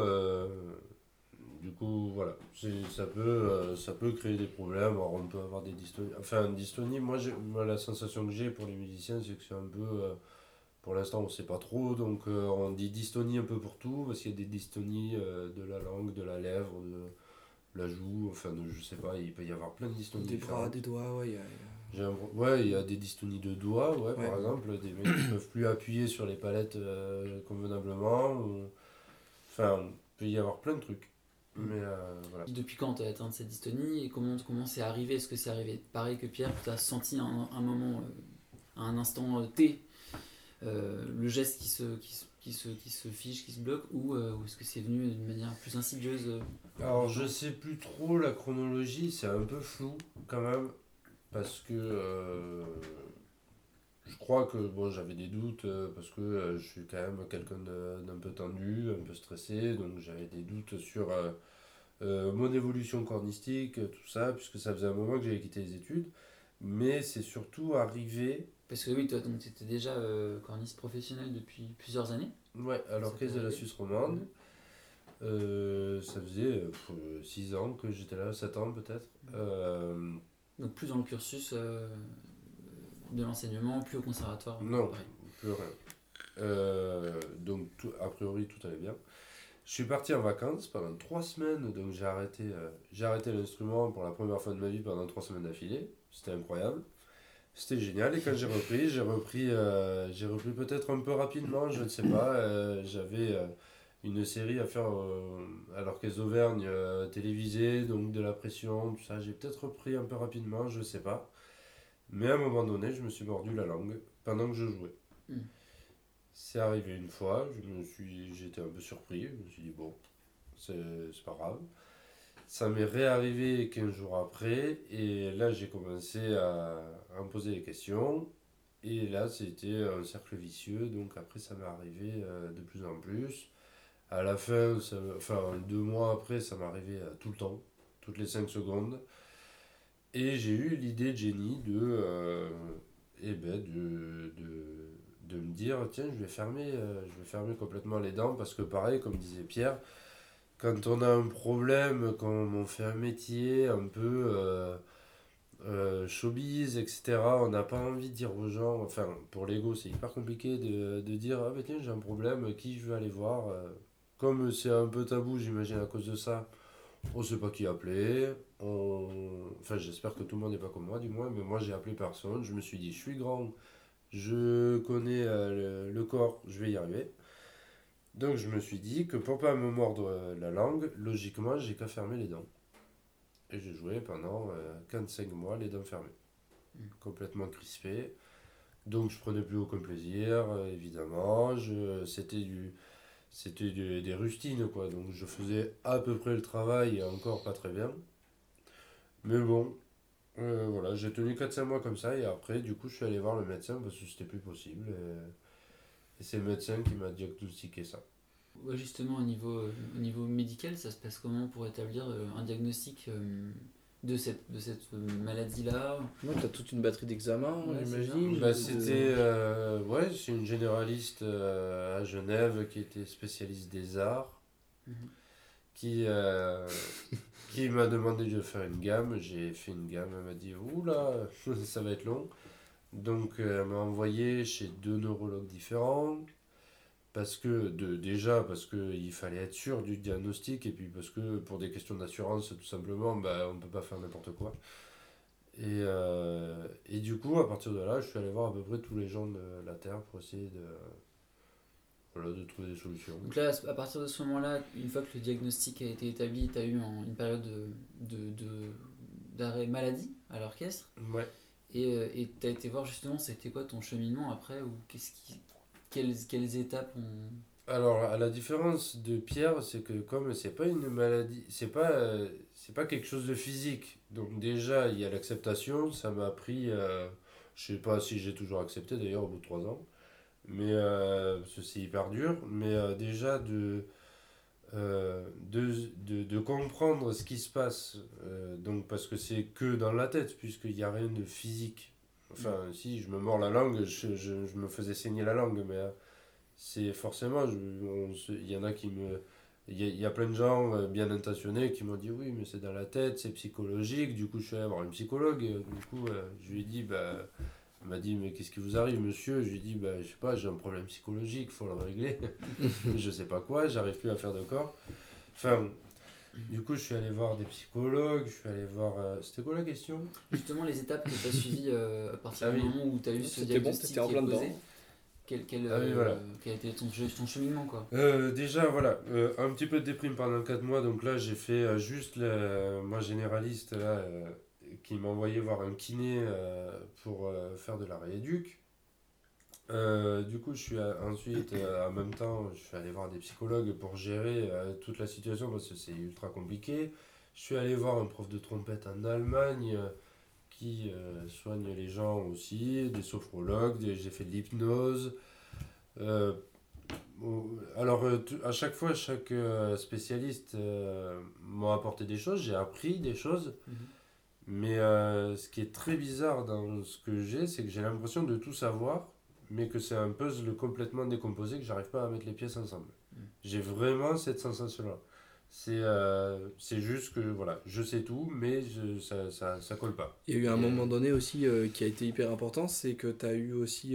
voilà. Ça peut créer des problèmes. Alors, on peut avoir des dystonies. Enfin, dystonie, moi, la sensation que j'ai pour les musiciens, c'est que c'est un peu... pour l'instant, on ne sait pas trop. Donc, on dit dystonie un peu pour tout. Parce qu'il y a des dystonies de la langue, de la lèvre, de la joue. Enfin, je sais pas. Il peut y avoir plein de dystonies Des différentes. bras, des doigts, ouais. Ouais, il y a des dystonies de doigts, Ouais. par exemple, des mecs qui peuvent plus appuyer sur les palettes convenablement. Enfin, il peut y avoir plein de trucs. Mais voilà. Depuis quand tu as atteint cette dystonie et comment c'est arrivé? Est-ce que c'est arrivé pareil que Pierre, tu as senti un moment, à un instant T, le geste qui se fiche, qui se bloque, ou est-ce que c'est venu d'une manière plus insidieuse Alors, je sais plus trop la chronologie, c'est un peu flou quand même. Parce que je crois que bon, j'avais des doutes parce que je suis quand même quelqu'un d'un peu tendu, un peu stressé, donc j'avais des doutes sur mon évolution cornistique, tout ça, puisque ça faisait un moment que j'avais quitté les études. Mais c'est surtout arrivé, Parce que oui, toi, donc tu étais déjà corniste professionnel depuis plusieurs années. ouais, à l'orchestre de la Suisse romande. Ça faisait 6 ans que j'étais là, 7 ans peut-être. Donc plus dans le cursus de l'enseignement, plus au conservatoire. Non, pareil. plus rien. Donc, a priori, tout allait bien. Je suis parti en vacances pendant 3 semaines, donc j'ai arrêté l'instrument pour la première fois de ma vie pendant 3 semaines d'affilée. C'était incroyable. C'était génial. Et quand j'ai repris peut-être un peu rapidement, je ne sais pas. J'avais une série à faire à l'Orchestre d'Auvergne télévisée, donc de la pression, tout ça. J'ai peut-être repris un peu rapidement, je ne sais pas. Mais à un moment donné, je me suis mordu la langue pendant que je jouais. C'est arrivé une fois, j'étais un peu surpris, je me suis dit bon, c'est pas grave. Ça m'est réarrivé 15 jours après, et là j'ai commencé à me poser des questions, et là c'était un cercle vicieux, donc après ça m'est arrivé de plus en plus. À la fin, enfin 2 mois après, ça m'est arrivé tout le temps, toutes les 5 secondes. Et j'ai eu l'idée de génie de me dire, tiens, je vais fermer complètement les dents, parce que pareil, comme disait Pierre, quand on a un problème, quand on fait un métier un peu showbiz, etc., on n'a pas envie de dire aux gens, enfin, pour l'ego, c'est hyper compliqué de dire, ah ben tiens, j'ai un problème, qui je vais aller voir. Comme c'est un peu tabou, j'imagine, à cause de ça, on sait pas qui appeler. Enfin, j'espère que tout le monde n'est pas comme moi, du moins, mais moi j'ai appelé personne. Je me suis dit, je suis grand, je connais le corps, je vais y arriver. Donc je me suis dit que pour pas me mordre la langue, logiquement, j'ai qu'à fermer les dents. Et j'ai joué pendant 4-5 mois les dents fermées, complètement crispé. Donc je prenais plus aucun plaisir, évidemment. C'était des rustines, quoi. Donc je faisais à peu près le travail et encore pas très bien. Mais bon, voilà, j'ai tenu 4-5 mois comme ça, et après, du coup, je suis allé voir le médecin parce que c'était plus possible. Et c'est le médecin qui m'a diagnostiqué ça. Ouais, justement, au niveau médical, ça se passe comment pour établir un diagnostic de cette maladie-là? Moi, t'as toute une batterie d'examens, Ouais, j'imagine. Bah, ouais, c'est une généraliste à Genève qui était spécialiste des arts, qui, qui m'a demandé de faire une gamme. J'ai fait une gamme, elle m'a dit, oula, ça va être long. Donc elle m'a envoyé chez 2 neurologues différents, déjà parce qu'il fallait être sûr du diagnostic, et puis parce que pour des questions d'assurance, tout simplement, bah, on ne peut pas faire n'importe quoi. Et du coup, à partir de là, je suis allé voir à peu près tous les gens de la Terre pour essayer de trouver des solutions. Donc là, à partir de ce moment-là, une fois que le diagnostic a été établi, tu as eu une période d'arrêt maladie à l'orchestre. Ouais. Et tu as été voir justement, c'était quoi ton cheminement après, ou quelles étapes ont... Alors, à la différence de Pierre, c'est que comme c'est pas une maladie, c'est pas quelque chose de physique. Donc déjà, il y a l'acceptation. Ça m'a pris, je sais pas si j'ai toujours accepté d'ailleurs au bout de 3 ans, mais parce que c'est hyper dur. Mais déjà de comprendre ce qui se passe, donc parce que c'est que dans la tête, puisqu'il n'y a rien de physique. Enfin, si, je me mords la langue, je me faisais saigner la langue, mais c'est forcément, il y en a qui me... Il y a plein de gens bien intentionnés qui m'ont dit oui, mais c'est dans la tête, c'est psychologique. Du coup, je suis allé voir une psychologue. Du coup, je lui ai dit, elle m'a dit, mais qu'est-ce qui vous arrive, monsieur? Je lui ai dit, je sais pas, j'ai un problème psychologique, faut le régler. Je sais pas quoi, j'arrive plus à faire de corps. Enfin, du coup, je suis allé voir des psychologues, je suis allé voir. C'était quoi la question? Justement, les étapes que tu as suivies à partir Ah du oui. moment où tu as eu ce C'était bon, diagnostic t'étais en qui est plein posé, dedans. Ah oui, voilà. quel a été ton cheminement, quoi? Déjà, voilà, un petit peu de déprime pendant 4 mois. Donc là, j'ai fait juste moi généraliste là, qui m'a envoyé voir un kiné pour faire de la rééduque. Du coup, ensuite, en même temps, je suis allé voir des psychologues pour gérer toute la situation parce que c'est ultra compliqué. Je suis allé voir un prof de trompette en Allemagne qui soigne les gens aussi, des sophrologues, j'ai fait de l'hypnose. Euh, alors, à chaque fois, chaque spécialiste m'a apporté des choses, j'ai appris des choses, mais ce qui est très bizarre dans ce que j'ai, c'est que j'ai l'impression de tout savoir, mais que c'est un puzzle complètement décomposé, que j'arrive pas à mettre les pièces ensemble. J'ai vraiment cette sensation-là. C'est juste que voilà, je sais tout, mais ça colle pas. Il y a eu un Et, moment donné aussi qui a été hyper important, c'est que tu as eu aussi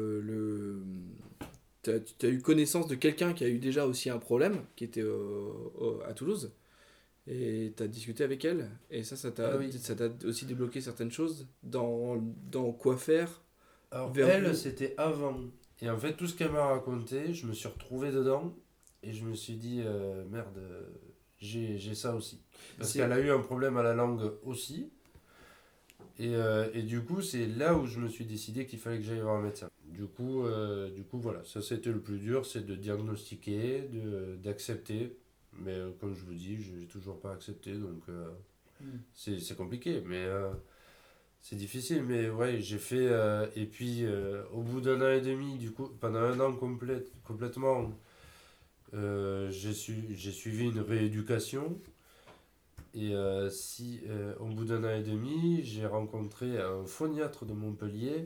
t'as eu connaissance de quelqu'un qui a eu déjà aussi un problème, qui était à Toulouse, et tu as discuté avec elle, et ça Ah oui. ça t'a aussi débloqué certaines choses dans quoi faire. Alors, Vers elle, vous. c'était avant. Et en fait, tout ce qu'elle m'a raconté, je me suis retrouvé dedans. Et je me suis dit, merde, j'ai ça aussi. Parce C'est- qu'elle a eu un problème à la langue aussi. Et du coup, c'est là où je me suis décidé qu'il fallait que j'aille voir un médecin. Du coup, voilà. Ça, c'était le plus dur, c'est de diagnostiquer, d'accepter. Mais comme je vous dis, j'ai toujours pas accepté. Donc, c'est compliqué. Mais... c'est difficile, mais ouais, j'ai fait. Et puis, au bout d'un an et demi, du coup, pendant un an complètement, j'ai suivi une rééducation. Et au bout d'un an et demi, j'ai rencontré un phoniatre de Montpellier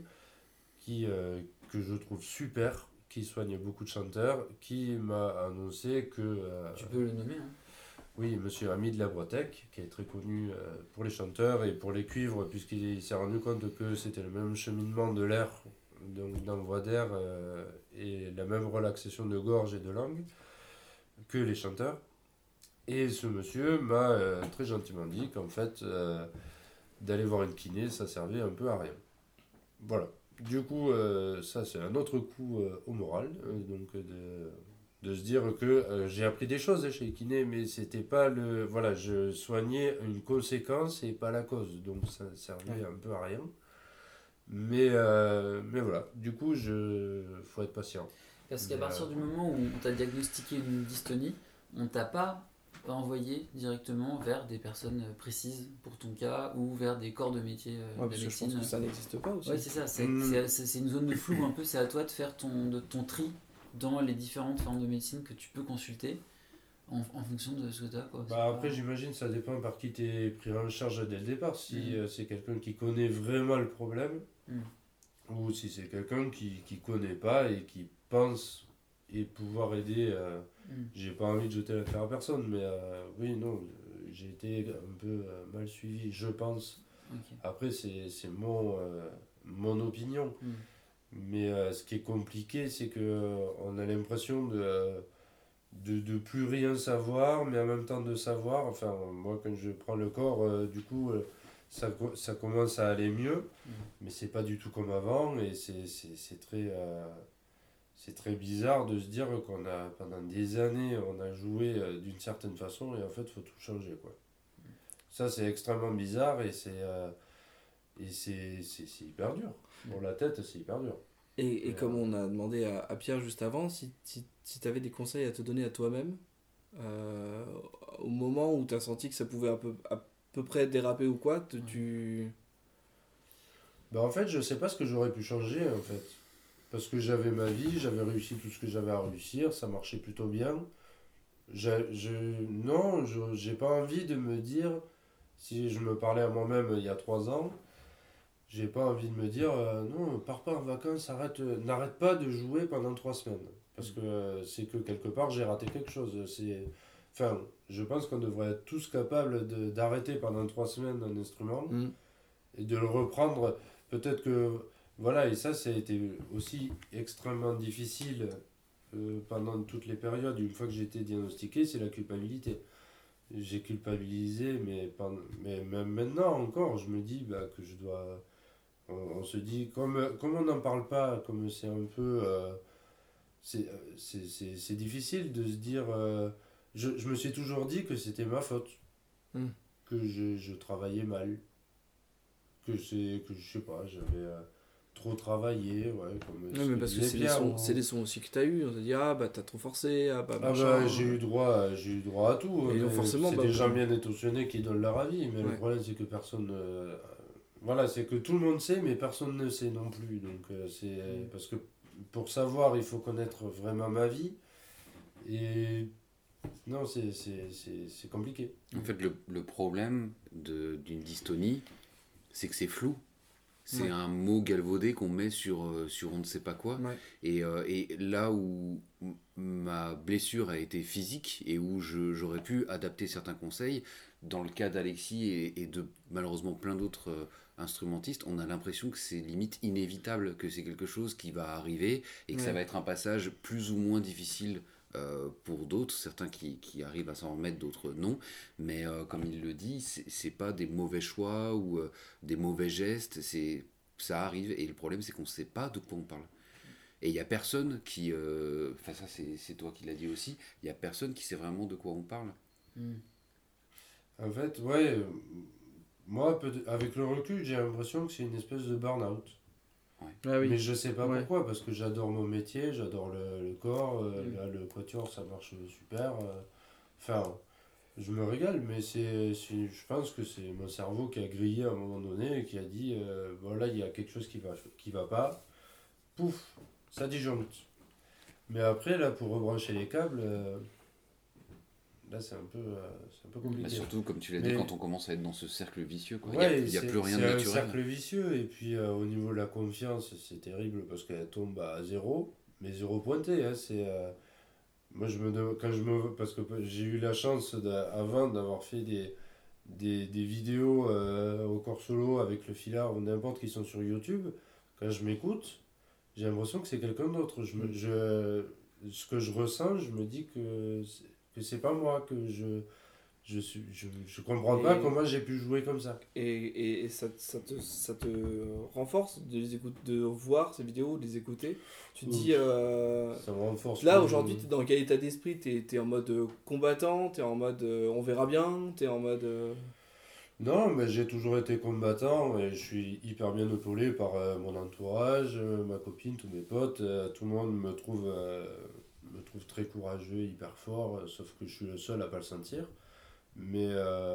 que je trouve super, qui soigne beaucoup de chanteurs, qui m'a annoncé que. Tu peux le nommer, hein. Oui, monsieur Ami de la Bretèque, qui est très connu pour les chanteurs et pour les cuivres, puisqu'il s'est rendu compte que c'était le même cheminement de l'air, donc d'envoi d'air, et la même relaxation de gorge et de langue que les chanteurs. Et ce monsieur m'a très gentiment dit qu'en fait, d'aller voir une kiné, ça servait un peu à rien. Voilà. Du coup, ça c'est un autre coup au moral, donc de se dire que j'ai appris des choses chez kiné, mais c'était pas le... Voilà, je soignais une conséquence et pas la cause, donc ça servait un peu à rien. Mais voilà, du coup, faut être patient. Parce qu'à partir du moment où on t'a diagnostiqué une dystonie, on t'a pas envoyé directement vers des personnes précises pour ton cas ou vers des corps de métier Ouais, de parce que je médecine. pense que ça n'existe pas aussi. Ouais, c'est ça, c'est une zone de flou un peu, c'est à toi de faire ton tri dans les différentes formes de médecine que tu peux consulter en fonction de ce que tu as. Quoi. Après, j'imagine ça dépend par qui t'es pris en charge dès le départ. Si c'est quelqu'un qui connaît vraiment le problème, ou si c'est quelqu'un qui connaît pas et qui pense et pouvoir aider. J'ai pas envie de jeter la pierre à personne, mais oui, non, j'ai été un peu mal suivi, je pense. Okay. Après, c'est mon opinion. Mais ce qui est compliqué, c'est que on a l'impression de plus rien savoir, mais en même temps de savoir. Enfin, moi, quand je prends le corps, du coup, ça commence à aller mieux, mais c'est pas du tout comme avant, et c'est très... c'est très bizarre de se dire qu'on a, pendant des années, on a joué d'une certaine façon et en fait, il faut tout changer, quoi. Ça, c'est extrêmement bizarre et c'est hyper dur. Pour la tête, c'est hyper dur. Et comme on a demandé à Pierre juste avant, si tu avais des conseils à te donner à toi-même, au moment où tu as senti que ça pouvait à peu près déraper ou quoi, En fait, je sais pas ce que j'aurais pu changer, en fait. Parce que j'avais ma vie, j'avais réussi tout ce que j'avais à réussir, ça marchait plutôt bien. Non, j'ai pas envie de me dire, si je me parlais à moi-même il y a 3 ans, j'ai pas envie de me dire non, pars pas en vacances, n'arrête pas de jouer pendant 3 semaines. Parce que c'est que quelque part j'ai raté quelque chose. Enfin, je pense qu'on devrait être tous capables d'arrêter pendant 3 semaines un instrument et de le reprendre. Peut-être que. Voilà, et ça a été aussi extrêmement difficile pendant toutes les périodes. Une fois que j'ai été diagnostiqué, c'est la culpabilité. J'ai culpabilisé, mais même maintenant encore, je me dis que je dois. On se dit, comme on n'en parle pas, comme c'est un peu. C'est difficile de se dire. Je me suis toujours dit que c'était ma faute. Que je travaillais mal. Que je sais pas, j'avais trop travaillé. Ouais, mais parce que c'est des sons aussi que t'as eu. On t'a dit, t'as trop forcé. J'ai eu droit à tout. Et donc forcément, c'est des gens bien intentionnés qui donnent leur avis, mais le problème c'est que personne. Voilà, c'est que tout le monde sait, mais personne ne sait non plus. Donc parce que pour savoir, il faut connaître vraiment ma vie. Et non, c'est compliqué. En fait, le problème d'une dystonie, c'est que c'est flou. C'est un mot galvaudé qu'on met sur on ne sait pas quoi. Ouais. Et là où ma blessure a été physique et où j'aurais pu adapter certains conseils, dans le cas d'Alexis et de malheureusement plein d'autres instrumentistes, on a l'impression que c'est limite inévitable, que c'est quelque chose qui va arriver et que ça va être un passage plus ou moins difficile pour d'autres, certains qui arrivent à s'en remettre, d'autres non, mais comme il le dit, c'est pas des mauvais choix ou des mauvais gestes, ça arrive, et le problème c'est qu'on sait pas de quoi on parle. Et il y a personne qui, ça c'est toi qui l'as dit aussi, il y a personne qui sait vraiment de quoi on parle. En fait, moi avec le recul j'ai l'impression que c'est une espèce de burn-out. Ouais. Ah oui. Mais je sais pas pourquoi, parce que j'adore mon métier, j'adore le corps, là, le quatuor ça marche super. Enfin, je me régale, mais je pense que c'est mon cerveau qui a grillé à un moment donné et qui a dit voilà, il y a quelque chose qui va pas. Pouf, ça disjoncte. Mais après, là, pour rebrancher les câbles, là c'est un peu compliqué. Bah surtout, comme tu l'as dit, quand on commence à être dans ce cercle vicieux, quoi. Il n'y a plus rien de naturel. C'est un cercle vicieux, et puis au niveau de la confiance, c'est terrible parce qu'elle tombe à 0, mais 0 pointé. Hein, moi, parce que j'ai eu la chance avant d'avoir fait des vidéos au corps solo avec le filard ou n'importe qui sont sur YouTube. Quand je m'écoute, j'ai l'impression que c'est quelqu'un d'autre. Ce que je ressens, je me dis que c'est pas moi, que je comprends pas comment j'ai pu jouer comme ça. Et ça te renforce de voir ces vidéos, de les écouter. Tu te dis ça me renforce. Là aujourd'hui t'es dans quel état d'esprit? T'es en mode combattant, t'es en mode on verra bien, t'es en mode Non, mais j'ai toujours été combattant et je suis hyper bien épaulé par mon entourage, ma copine, tous mes potes. Tout le monde me trouve très courageux, hyper fort, sauf que je suis le seul à pas le sentir. Mais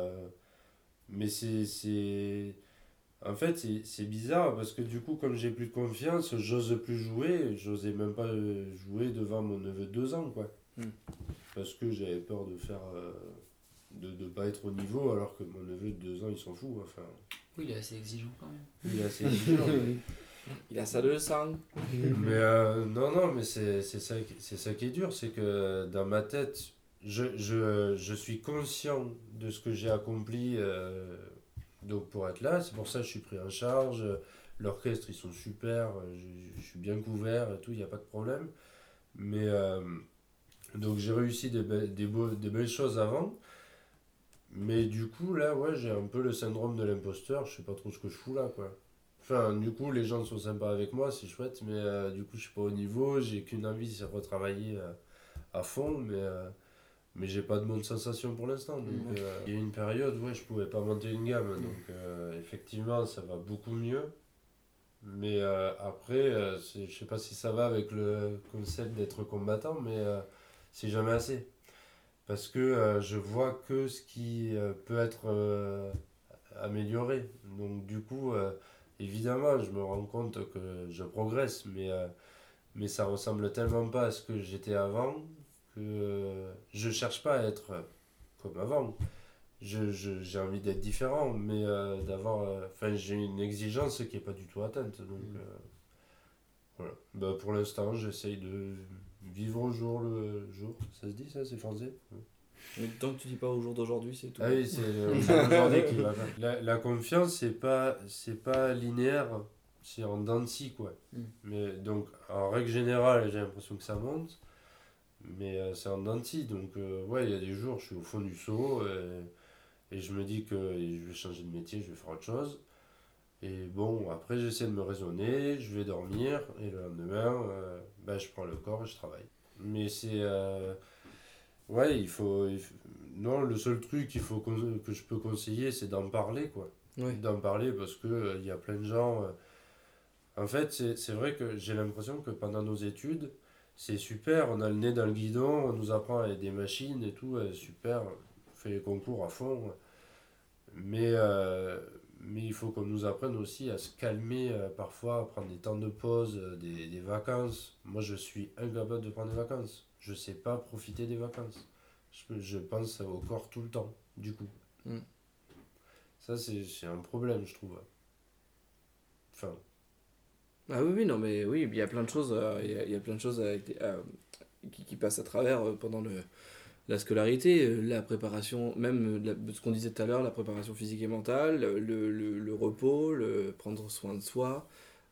en fait, c'est bizarre parce que du coup, comme j'ai plus de confiance, j'ose plus jouer. J'osais même pas jouer devant mon neveu de 2 ans, quoi. Parce que j'avais peur de faire. De pas être au niveau, alors que mon neveu de 2 ans, il s'en fout. Enfin... Oui, il est assez exigeant quand même. Il est assez exigeant. Il a ça de sang. Mais non, mais c'est ça qui est dur, c'est que dans ma tête, je suis conscient de ce que j'ai accompli donc pour être là. C'est pour ça que je suis pris en charge. L'orchestre, ils sont super. Je suis bien couvert et tout, il n'y a pas de problème. Mais donc j'ai réussi des belles choses avant. Mais du coup, là, j'ai un peu le syndrome de l'imposteur. Je sais pas trop ce que je fous là, quoi. Enfin, du coup, les gens sont sympas avec moi, c'est chouette, mais du coup, je suis pas au niveau. J'ai qu'une envie, c'est retravailler à fond, mais j'ai pas de bonne sensation pour l'instant. Donc, il y a une période où je pouvais pas monter une gamme. Donc, effectivement, ça va beaucoup mieux. Mais après, je sais pas si ça va avec le concept d'être combattant, mais c'est jamais assez. Parce que je vois que ce qui peut être amélioré. Donc du coup, évidemment, je me rends compte que je progresse, mais ça ressemble tellement pas à ce que j'étais avant que je cherche pas à être comme avant. j'ai envie d'être différent, mais d'avoir... Enfin, j'ai une exigence qui n'est pas du tout atteinte. Donc, voilà. Bah, pour l'instant, j'essaye de vivre au jour le jour. Ça se dit, ça, c'est français? Mais tant que tu dis pas au jour d'aujourd'hui, c'est tout. Ah oui, c'est le jour d'aujourd'hui qui va faire. La confiance, c'est pas linéaire, c'est en dents de scie, quoi. Mais donc, en règle générale, j'ai l'impression que ça monte, mais c'est en dents de scie. Donc, ouais, il y a des jours, je suis au fond du seau et je me dis que je vais changer de métier, je vais faire autre chose. Et bon, après, j'essaie de me raisonner, je vais dormir, et le lendemain, je prends le corps et je travaille. Mais c'est... ouais, non, le seul truc que je peux conseiller, c'est d'en parler, quoi. Ouais. D'en parler parce que il y a plein de gens... En fait, c'est vrai que j'ai l'impression que pendant nos études, c'est super, on a le nez dans le guidon, on nous apprend avec des machines et tout, super, on fait les concours à fond. Mais il faut qu'on nous apprenne aussi à se calmer parfois, à prendre des temps de pause, des vacances. Moi, je suis incapable de prendre des vacances. Je sais pas profiter des vacances. Je pense au corps tout le temps, du coup. Ça, c'est un problème, je trouve. Enfin... Ah oui, non, mais oui, il y a plein de choses, il y a plein de choses qui passent à travers pendant la scolarité, la préparation, même ce qu'on disait tout à l'heure, la préparation physique et mentale, le repos, prendre soin de soi.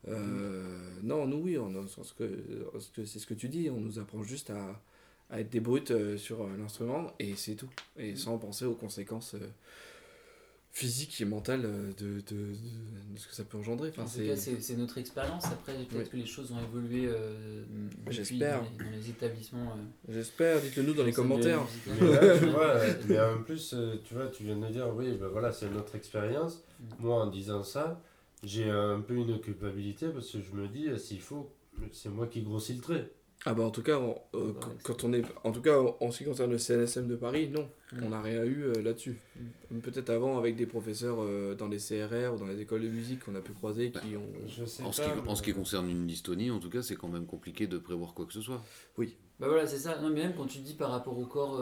Non, nous oui, c'est ce que tu dis, on nous apprend juste à être des brutes sur l'instrument et c'est tout, et sans penser aux conséquences physiques et mentales de ce que ça peut engendrer. Enfin, en tout cas, c'est notre expérience. Après, peut-être que les choses ont évolué depuis J'espère. Dans les établissements. J'espère, dites-le nous dans les commentaires. Mais là, tu vois, mais en plus, tu vois, tu viens de dire, oui, ben voilà, c'est notre expérience. Moi, en disant ça, j'ai un peu une culpabilité parce que je me dis, s'il faut, c'est moi qui grossis le trait. Ah bah en tout cas, quand on est, en tout cas en ce qui concerne le CNSM de Paris, non, on n'a rien eu là-dessus. Peut-être avant avec des professeurs dans les CRR ou dans les écoles de musique qu'on a pu croiser qui ont... Je sais En ce qui concerne une dystonie, en tout cas, c'est quand même compliqué de prévoir quoi que ce soit. Oui. Bah voilà, c'est ça. Non, mais même quand tu dis par rapport au corps,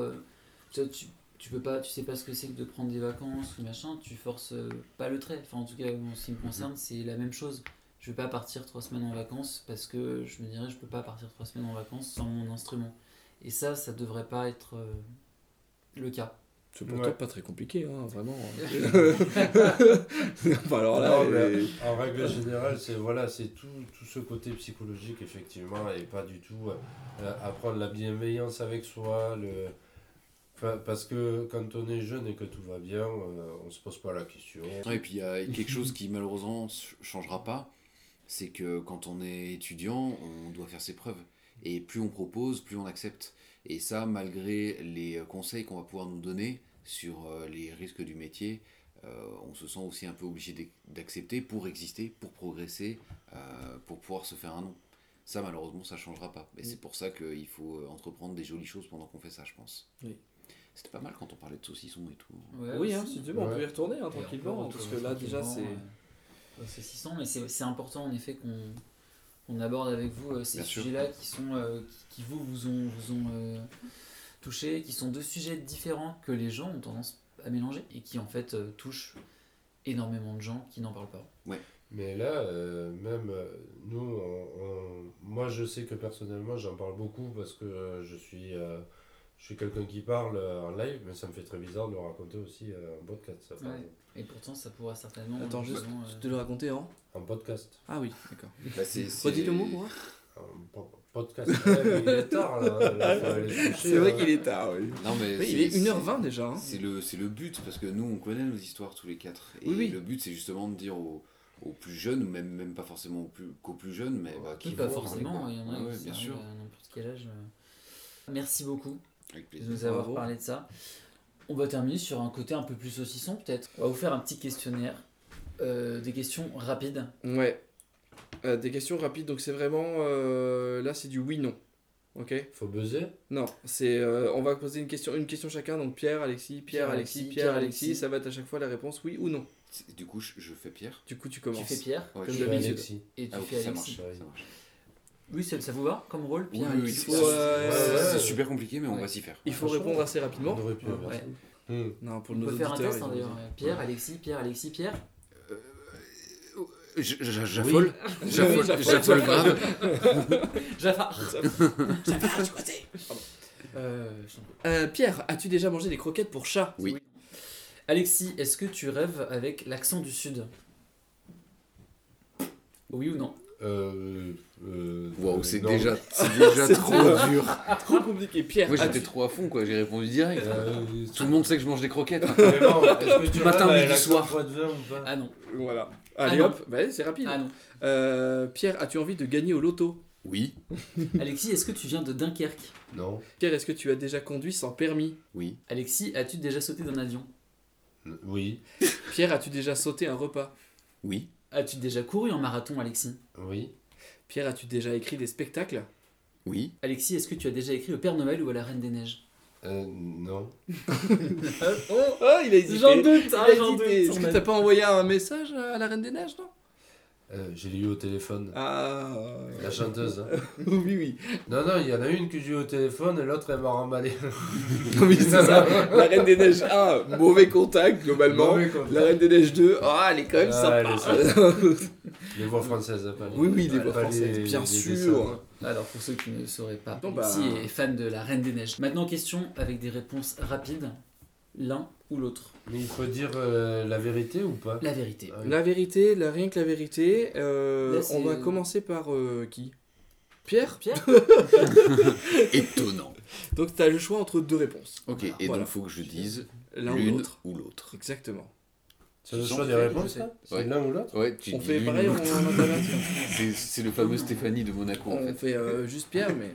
tu peux pas, tu sais pas ce que c'est que de prendre des vacances ou machin, tu forces pas le trait. Enfin, en tout cas, en ce qui me concerne, c'est la même chose. Je vais pas partir 3 semaines en vacances parce que je me dirais je peux pas partir 3 semaines en vacances sans mon instrument. Et ça devrait pas être le cas. C'est pourtant pas très compliqué, hein, vraiment. Enfin, alors là, en règle générale, c'est tout ce côté psychologique, effectivement, et pas du tout apprendre la bienveillance avec soi. Parce que quand on est jeune et que tout va bien, on se pose pas la question. Et puis il y a quelque chose qui malheureusement changera pas, c'est que quand on est étudiant, on doit faire ses preuves. Et plus on propose, plus on accepte. Et ça, malgré les conseils qu'on va pouvoir nous donner sur les risques du métier, on se sent aussi un peu obligé d'accepter pour exister, pour progresser, pour pouvoir se faire un nom. Ça, malheureusement, ça changera pas. Et c'est pour ça qu'il faut entreprendre des jolies choses pendant qu'on fait ça, je pense. Oui. C'était pas mal quand on parlait de saucisson et tout. Ouais, oui, aussi. si tu veux, on peut y retourner tranquillement, parce que là, déjà, c'est... C'est 600, mais c'est important en effet qu'on aborde avec vous ces sujets-là qui vous ont touché, qui sont deux sujets différents que les gens ont tendance à mélanger et qui en fait touchent énormément de gens qui n'en parlent pas. Ouais. Mais là, même nous, moi je sais que personnellement j'en parle beaucoup parce que je suis quelqu'un qui parle en live, mais ça me fait très bizarre de le raconter aussi en podcast. Ça, et pourtant, ça pourra certainement... Attends, juste de le raconter en podcast. Ah oui, d'accord. Redis le mot, moi. Podcast. Il est tard, là c'est vrai qu'il est tard, oui. Non, mais il est 1h20 déjà. Hein. C'est le but, parce que nous, on connaît nos histoires tous les quatre. Et le but, c'est justement de dire aux plus jeunes, ou même pas forcément qu'aux plus jeunes, mais qui pas forcément, il y en a bien sûr. À n'importe quel âge. Merci beaucoup Avec de nous avoir parlé de ça. On va terminer sur un côté un peu plus saucisson, peut-être. On va vous faire un petit questionnaire, des questions rapides. Ouais. Des questions rapides, donc c'est vraiment... là, c'est du oui-non. Ok. Faut buzzer? Non, c'est... on va poser une question chacun, donc Pierre, Alexis, Pierre, Alexis. Ça va être à chaque fois la réponse oui ou non. Du coup, je fais Pierre. Du coup, tu commences. Tu fais Pierre, comme d'habitude. Et tu fais Alexis. Ça marche. Oui, ça vous va comme rôle, Pierre? Oui, c'est super compliqué, mais on va s'y faire. Il faut répondre assez rapidement. On aurait pu Non, pour On nos peut faire un auditeurs. test ils ont d'ailleurs. dit. Pierre, Alexis, Pierre. J'affole. Oui, J'affole grave. Jafar. Jafar, du côté. Pierre, as-tu déjà mangé des croquettes pour chat? Oui. Alexis, est-ce que tu rêves avec l'accent du Sud? Oui ou non? Waouh, c'est non. déjà C'est trop dur. dur. Trop compliqué. Pierre, Moi j'étais as-tu- trop à fond quoi, j'ai répondu direct. Tout le monde sait que je mange des croquettes. hein. Vraiment, est-ce que tu Matin, rêves avec midi, l'accent soir. poitevin ou pas? Ah non. Voilà. Allez non. hop, bah, c'est rapide. Ah non. Pierre, as-tu envie de gagner au loto? Oui, Alexis, est-ce que tu viens de Dunkerque? Non. Pierre, est-ce que tu as déjà conduit sans permis? oui, Alexis, as-tu déjà sauté d'un avion? Oui. Pierre, as-tu déjà sauté un repas? oui, As-tu déjà couru en marathon, Alexis? Oui. Pierre, as-tu déjà écrit des spectacles? oui. Alexis, est-ce que tu as déjà écrit au Père Noël ou à la Reine des Neiges? Non. Oh, il a hésité. J'en doute, Il a hein, j'en hésité. doute. Est-ce que t'as pas envoyé un message à la Reine des Neiges, non? J'ai eu au téléphone. Ah. La chanteuse. Hein. Oui, oui. Non, il y en a une que j'ai eu au téléphone et l'autre elle m'a remballé. Oui, c'est ça. La Reine des Neiges 1, mauvais contact, globalement. Mauvais contact. La Reine des Neiges 2, elle est quand même Ah, elle est sympa. Les voix françaises, pas les... Oui, oui, les pas voix françaises, bien dessins, sûr. quoi. Alors, pour ceux qui ne sauraient pas, Bon, Alexis bah. est fan de la Reine des Neiges. Maintenant, question avec des réponses rapides. L'un ou l'autre? Mais il faut dire la vérité ou pas? La vérité. Ah oui. La vérité, rien que la vérité. Là, c'est- on va commencer par qui? Pierre? Pierre? Étonnant. Donc t'as le choix entre deux réponses. Ok, et Voilà. donc faut que je dise L'un ou l'une l'autre. ou l'autre. Exactement. C'est le Tu choix sens des que réponses je là? sais. C'est Ouais. l'un ou l'autre? Ouais, tu On dis fait l'une pareil ou en l'autre. alternance. C'est le fameux Stéphanie de Monaco en On fait. fait juste Pierre, mais.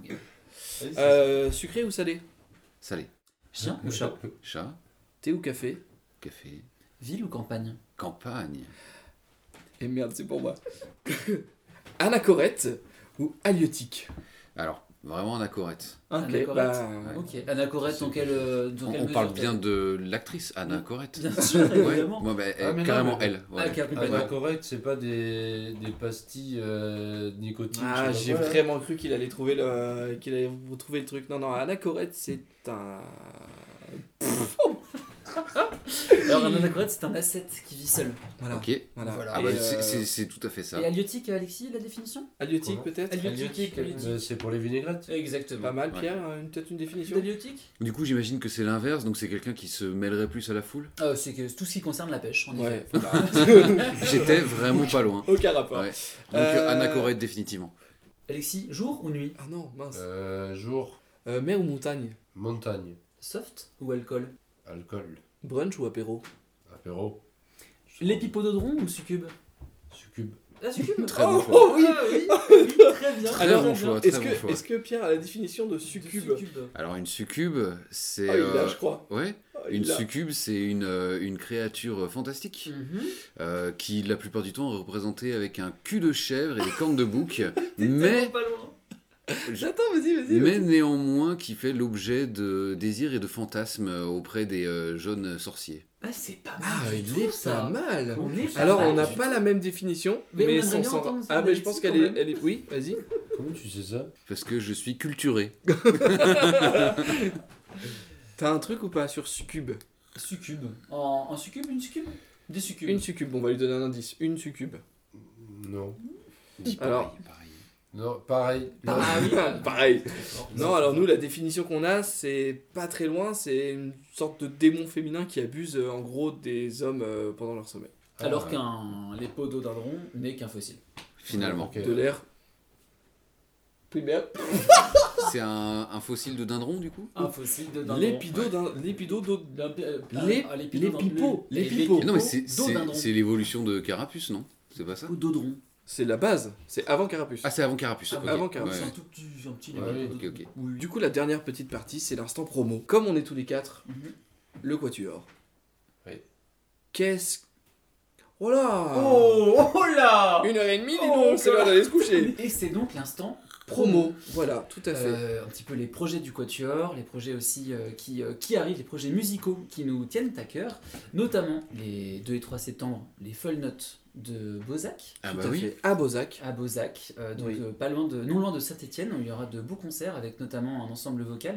Ok. Sucré ou salé? Salé. Chien ou chat? Chat, Thé ou café? café, Ville ou campagne? campagne. Et merde, c'est pour moi. Anachorète ou halieutique? Alors, vraiment anachorète. Ok, Anachorète. bah. Ok. Anachorète, dans quelle On parle bien de l'actrice Anna Corrette. Bien sûr, Ouais, évidemment. moi, bah, Ah, mais non, carrément mais- elle. ouais. Ah, complètement. Ah, correct, c'est pas des pastilles nicotine. Ah, je sais j'ai pas quoi, là. vraiment cru qu'il allait trouver qu'il allait retrouver le truc. Non, non, Anachorète, c'est un. Alors, un anachorète, c'est un ascète qui vit seul. Voilà. Ok. Voilà. Voilà. Ah Et, bah, c'est tout à fait ça. Et halieutique, Alexis, la définition? Halieutique, Comment peut-être? Halieutique. C'est pour les vinaigrettes. Exactement. Pas mal, Ouais. Pierre, peut-être une définition? Halieutique? Du coup, j'imagine que c'est l'inverse, donc c'est quelqu'un qui se mêlerait plus à la foule. Ah, c'est que tout ce qui concerne la pêche, en effet. Ouais, voilà. J'étais vraiment pas loin. Aucun rapport. Ouais. Donc Anna Corrette définitivement. Alexis, jour ou nuit? Ah non, mince. Jour, Mer ou montagne? montagne, Soft ou alcool? alcool, Brunch ou apéro? apéro, L'épipododron ou succube? succube. Ah, succube? Très bon choix. Oh oui. Ah oui, oui, très bien. Très Alors, bon choix, Est-ce très bon que, choix. est-ce que Pierre a la définition de succube? Alors une succube, c'est... Ah, il l'a, je crois. Ouais, Ah, il une l'a. succube, c'est une créature fantastique Mhm. qui, la plupart du temps, est représentée avec un cul de chèvre et des cornes de bouc, mais, Tellement pas loin. Attends, vas-y. mais néanmoins qui fait l'objet de désirs et de fantasmes auprès des jeunes sorciers. Ah, c'est pas mal. Ah, du il tout, est ça. pas mal. On est pas Alors, mal on n'a du pas tout. la même définition, Mais on mais aimerait bien sans- entendre ça Ah, mais je d'Alexis, pense quand qu'elle est, même. elle est... Oui, vas-y. Comment tu sais ça? Parce que je suis culturé. T'as un truc ou pas sur succube? Succube. En succube, une succube? Des succubes. Une succube, on va lui donner un indice. Une succube. Non. Alors. Pareil. Non, pareil. Ah oui. Pareil. Non, alors nous, la définition qu'on a, c'est pas très loin, c'est une sorte de démon féminin qui abuse en gros des hommes pendant leur sommeil. Alors qu'un lépododendron n'est qu'un fossile. Finalement. Ok. De l'air primaire. C'est un fossile de dindron, du coup Un fossile de dindron. L'épidodendron. L'épipo. L'épipo. Non, mais c'est Dodindron. l'évolution de Carapuce, non? C'est pas ça? Ou dodron. C'est la base, c'est avant Carapuce. Ah, c'est avant Carapuce. ok. avant Carapuce. C'est Ouais. un tout petit, un petit Ouais, lépododron. ok. Oui. Du coup, la dernière petite partie, c'est l'instant promo. Comme on est tous les quatre, Mhm. le quatuor. Oui. Qu'est-ce... Oh là Oh là 1h30, dis Oh, donc, c'est l'heure d'aller se coucher. Et c'est donc l'instant Promo, voilà, tout à fait. Un petit peu les projets du Quatuor, les projets aussi qui arrivent, les projets musicaux qui nous tiennent à cœur, notamment les 2 et 3 septembre, les Folles Notes de Beauzac, Ah Tout bah à oui. fait. À Beauzac. à Beauzac, donc Oui. pas loin non loin de Saint-Étienne, où il y aura de beaux concerts avec notamment un ensemble vocal,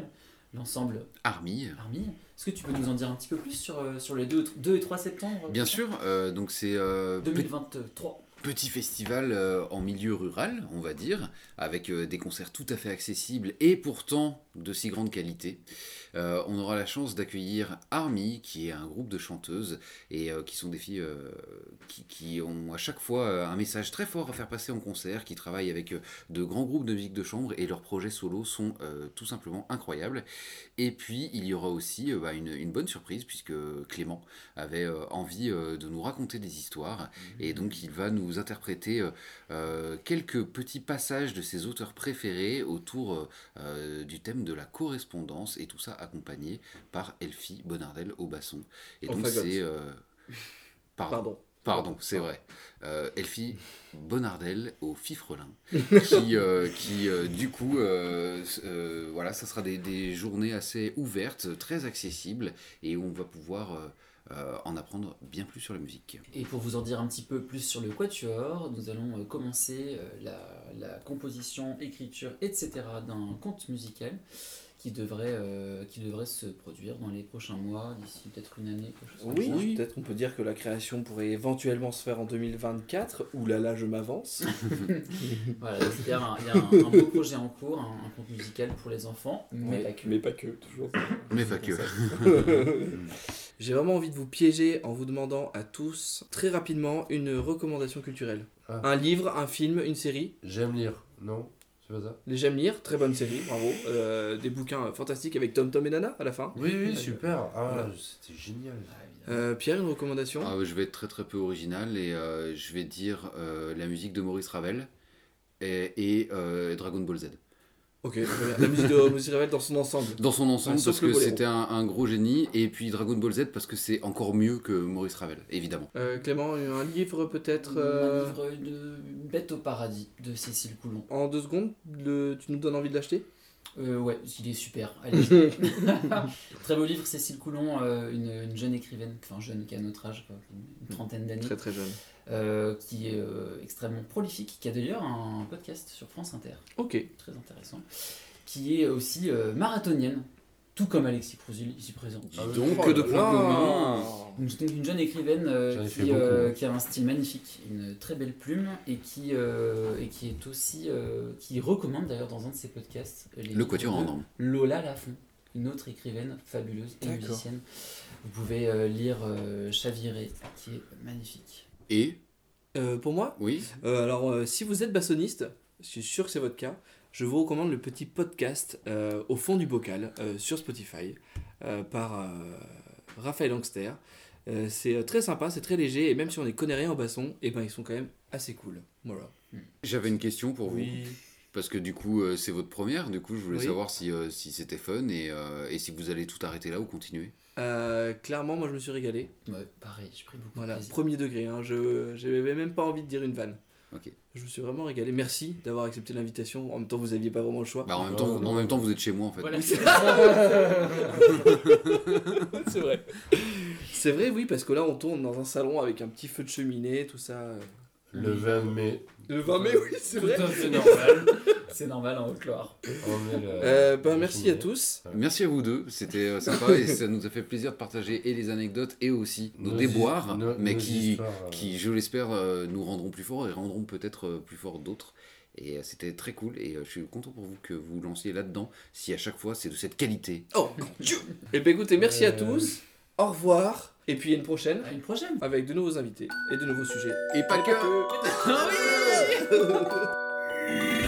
l'ensemble Army. Army. Est-ce que tu peux nous en dire un petit peu plus sur les 2 et 3 septembre Bien sûr, donc c'est 2023. petit festival en milieu rural, on va dire, avec des concerts tout à fait accessibles et pourtant de si grande qualité. On aura la chance d'accueillir Army, qui est un groupe de chanteuses et qui sont des filles qui ont à chaque fois un message très fort à faire passer en concert, qui travaillent avec de grands groupes de musique de chambre et leurs projets solos sont tout simplement incroyables. Et puis il y aura aussi une bonne surprise puisque Clément avait envie de nous raconter des histoires et donc il va nous interpréter quelques petits passages de ses auteurs préférés autour du thème de la correspondance et tout ça accompagné par Elfie Bonardel au basson. Et On donc fagote. c'est... Pardon. Pardon, c'est vrai. Elfie Bonardel au fifrelin, qui du coup, voilà, ça sera des journées assez ouvertes, très accessibles, et où on va pouvoir en apprendre bien plus sur la musique. Et pour vous en dire un petit peu plus sur le quatuor, nous allons commencer la composition, écriture, etc. d'un conte musical qui devrait se produire dans les prochains mois, d'ici peut-être une année, quelque chose comme ça. Oui, peut-être on peut dire que la création pourrait éventuellement se faire en 2024. Ouh là là, je m'avance. Voilà, donc il y a un beau projet en cours, un conte musical pour les enfants, mais Ouais, pas que. Mais pas que, toujours. Mais pas que. J'ai vraiment envie de vous piéger en vous demandant à tous, très rapidement, une recommandation culturelle. Ah. Un livre, un film, une série. J'aime lire. Non, c'est pas ça. Les J'aime lire, très bonne série, bravo. Des bouquins fantastiques avec Tom Tom et Nana à la fin. Oui, super. Ah, Voilà. c'était génial. Ah, évidemment. Pierre, une recommandation? Je vais être très très peu original et je vais dire la musique de Maurice Ravel et Dragon Ball Z. Ok, très bien. La musique de Maurice Ravel dans son ensemble. Dans son ensemble, Ouais, sauf parce le que boléro. c'était un gros génie, et puis Dragon Ball Z parce que c'est encore mieux que Maurice Ravel, évidemment. Clément, un livre peut-être Un livre de Bête au paradis de Cécile Coulon. en 2 secondes, tu nous donnes envie de l'acheter? Ouais, il est super. Allez. Très beau livre, Cécile Coulon, une jeune écrivaine, enfin jeune qui a notre âge, quoi, une trentaine d'années, Très très jeune. qui est extrêmement prolifique, qui a d'ailleurs un podcast sur France Inter, Ok. très intéressant, qui est aussi marathonienne, tout comme Alexis Crouzil ici présent. Ah oui. Donc, Oh que de là points là. communs. Une jeune écrivaine J'en ai fait beaucoup. qui a un style magnifique, une très belle plume et qui est aussi qui recommande d'ailleurs dans un de ses podcasts les Le livres Quatuor en de Orme. Lola Lafont, une autre écrivaine fabuleuse et D'accord. musicienne. Vous pouvez lire Chaviré, qui est magnifique. Et, Pour moi, oui, alors si vous êtes bassoniste, je suis sûr que c'est votre cas, je vous recommande le petit podcast Au fond du bocal sur Spotify par Raphaël Angster. C'est très sympa, c'est très léger et même si on ne connaît rien en basson, et ben ils sont quand même assez cool. Voilà. j'avais une question pour vous. Oui. Parce que du coup, c'est votre première, du coup, je voulais Oui. savoir si c'était fun et si vous allez tout arrêter là ou continuer. Clairement, moi je me suis régalé. Ouais, pareil, j'ai pris beaucoup Voilà, de plaisir. premier degré. Hein, je n'avais même pas envie de dire une vanne. Ok. Je me suis vraiment régalé. Merci d'avoir accepté l'invitation. En même temps, vous n'aviez pas vraiment le choix. Bah, en même Oh, temps, non. en même temps, vous êtes chez moi en fait. Voilà. C'est vrai. C'est vrai, oui, parce que là, on tourne dans un salon avec un petit feu de cheminée, tout ça. Le 20 mai. Le 20 mai, oui, c'est vrai. Tout à fait normal. C'est normal en Haute-Loire. On met le Merci à cheminée. tous. Merci à vous deux, c'était sympa et ça nous a fait plaisir de partager et les anecdotes et aussi nos déboires, mais nos qui, histoires, je l'espère, nous rendront plus forts et rendront peut-être plus forts d'autres. Et c'était très cool et je suis content pour vous que vous lanciez là-dedans si à chaque fois c'est de cette qualité. Oh, mon Dieu. Et bien écoutez, merci à tous. Au revoir. Et puis à une prochaine À une prochaine. avec de nouveaux invités et de nouveaux sujets. Et pas que... Ah oui.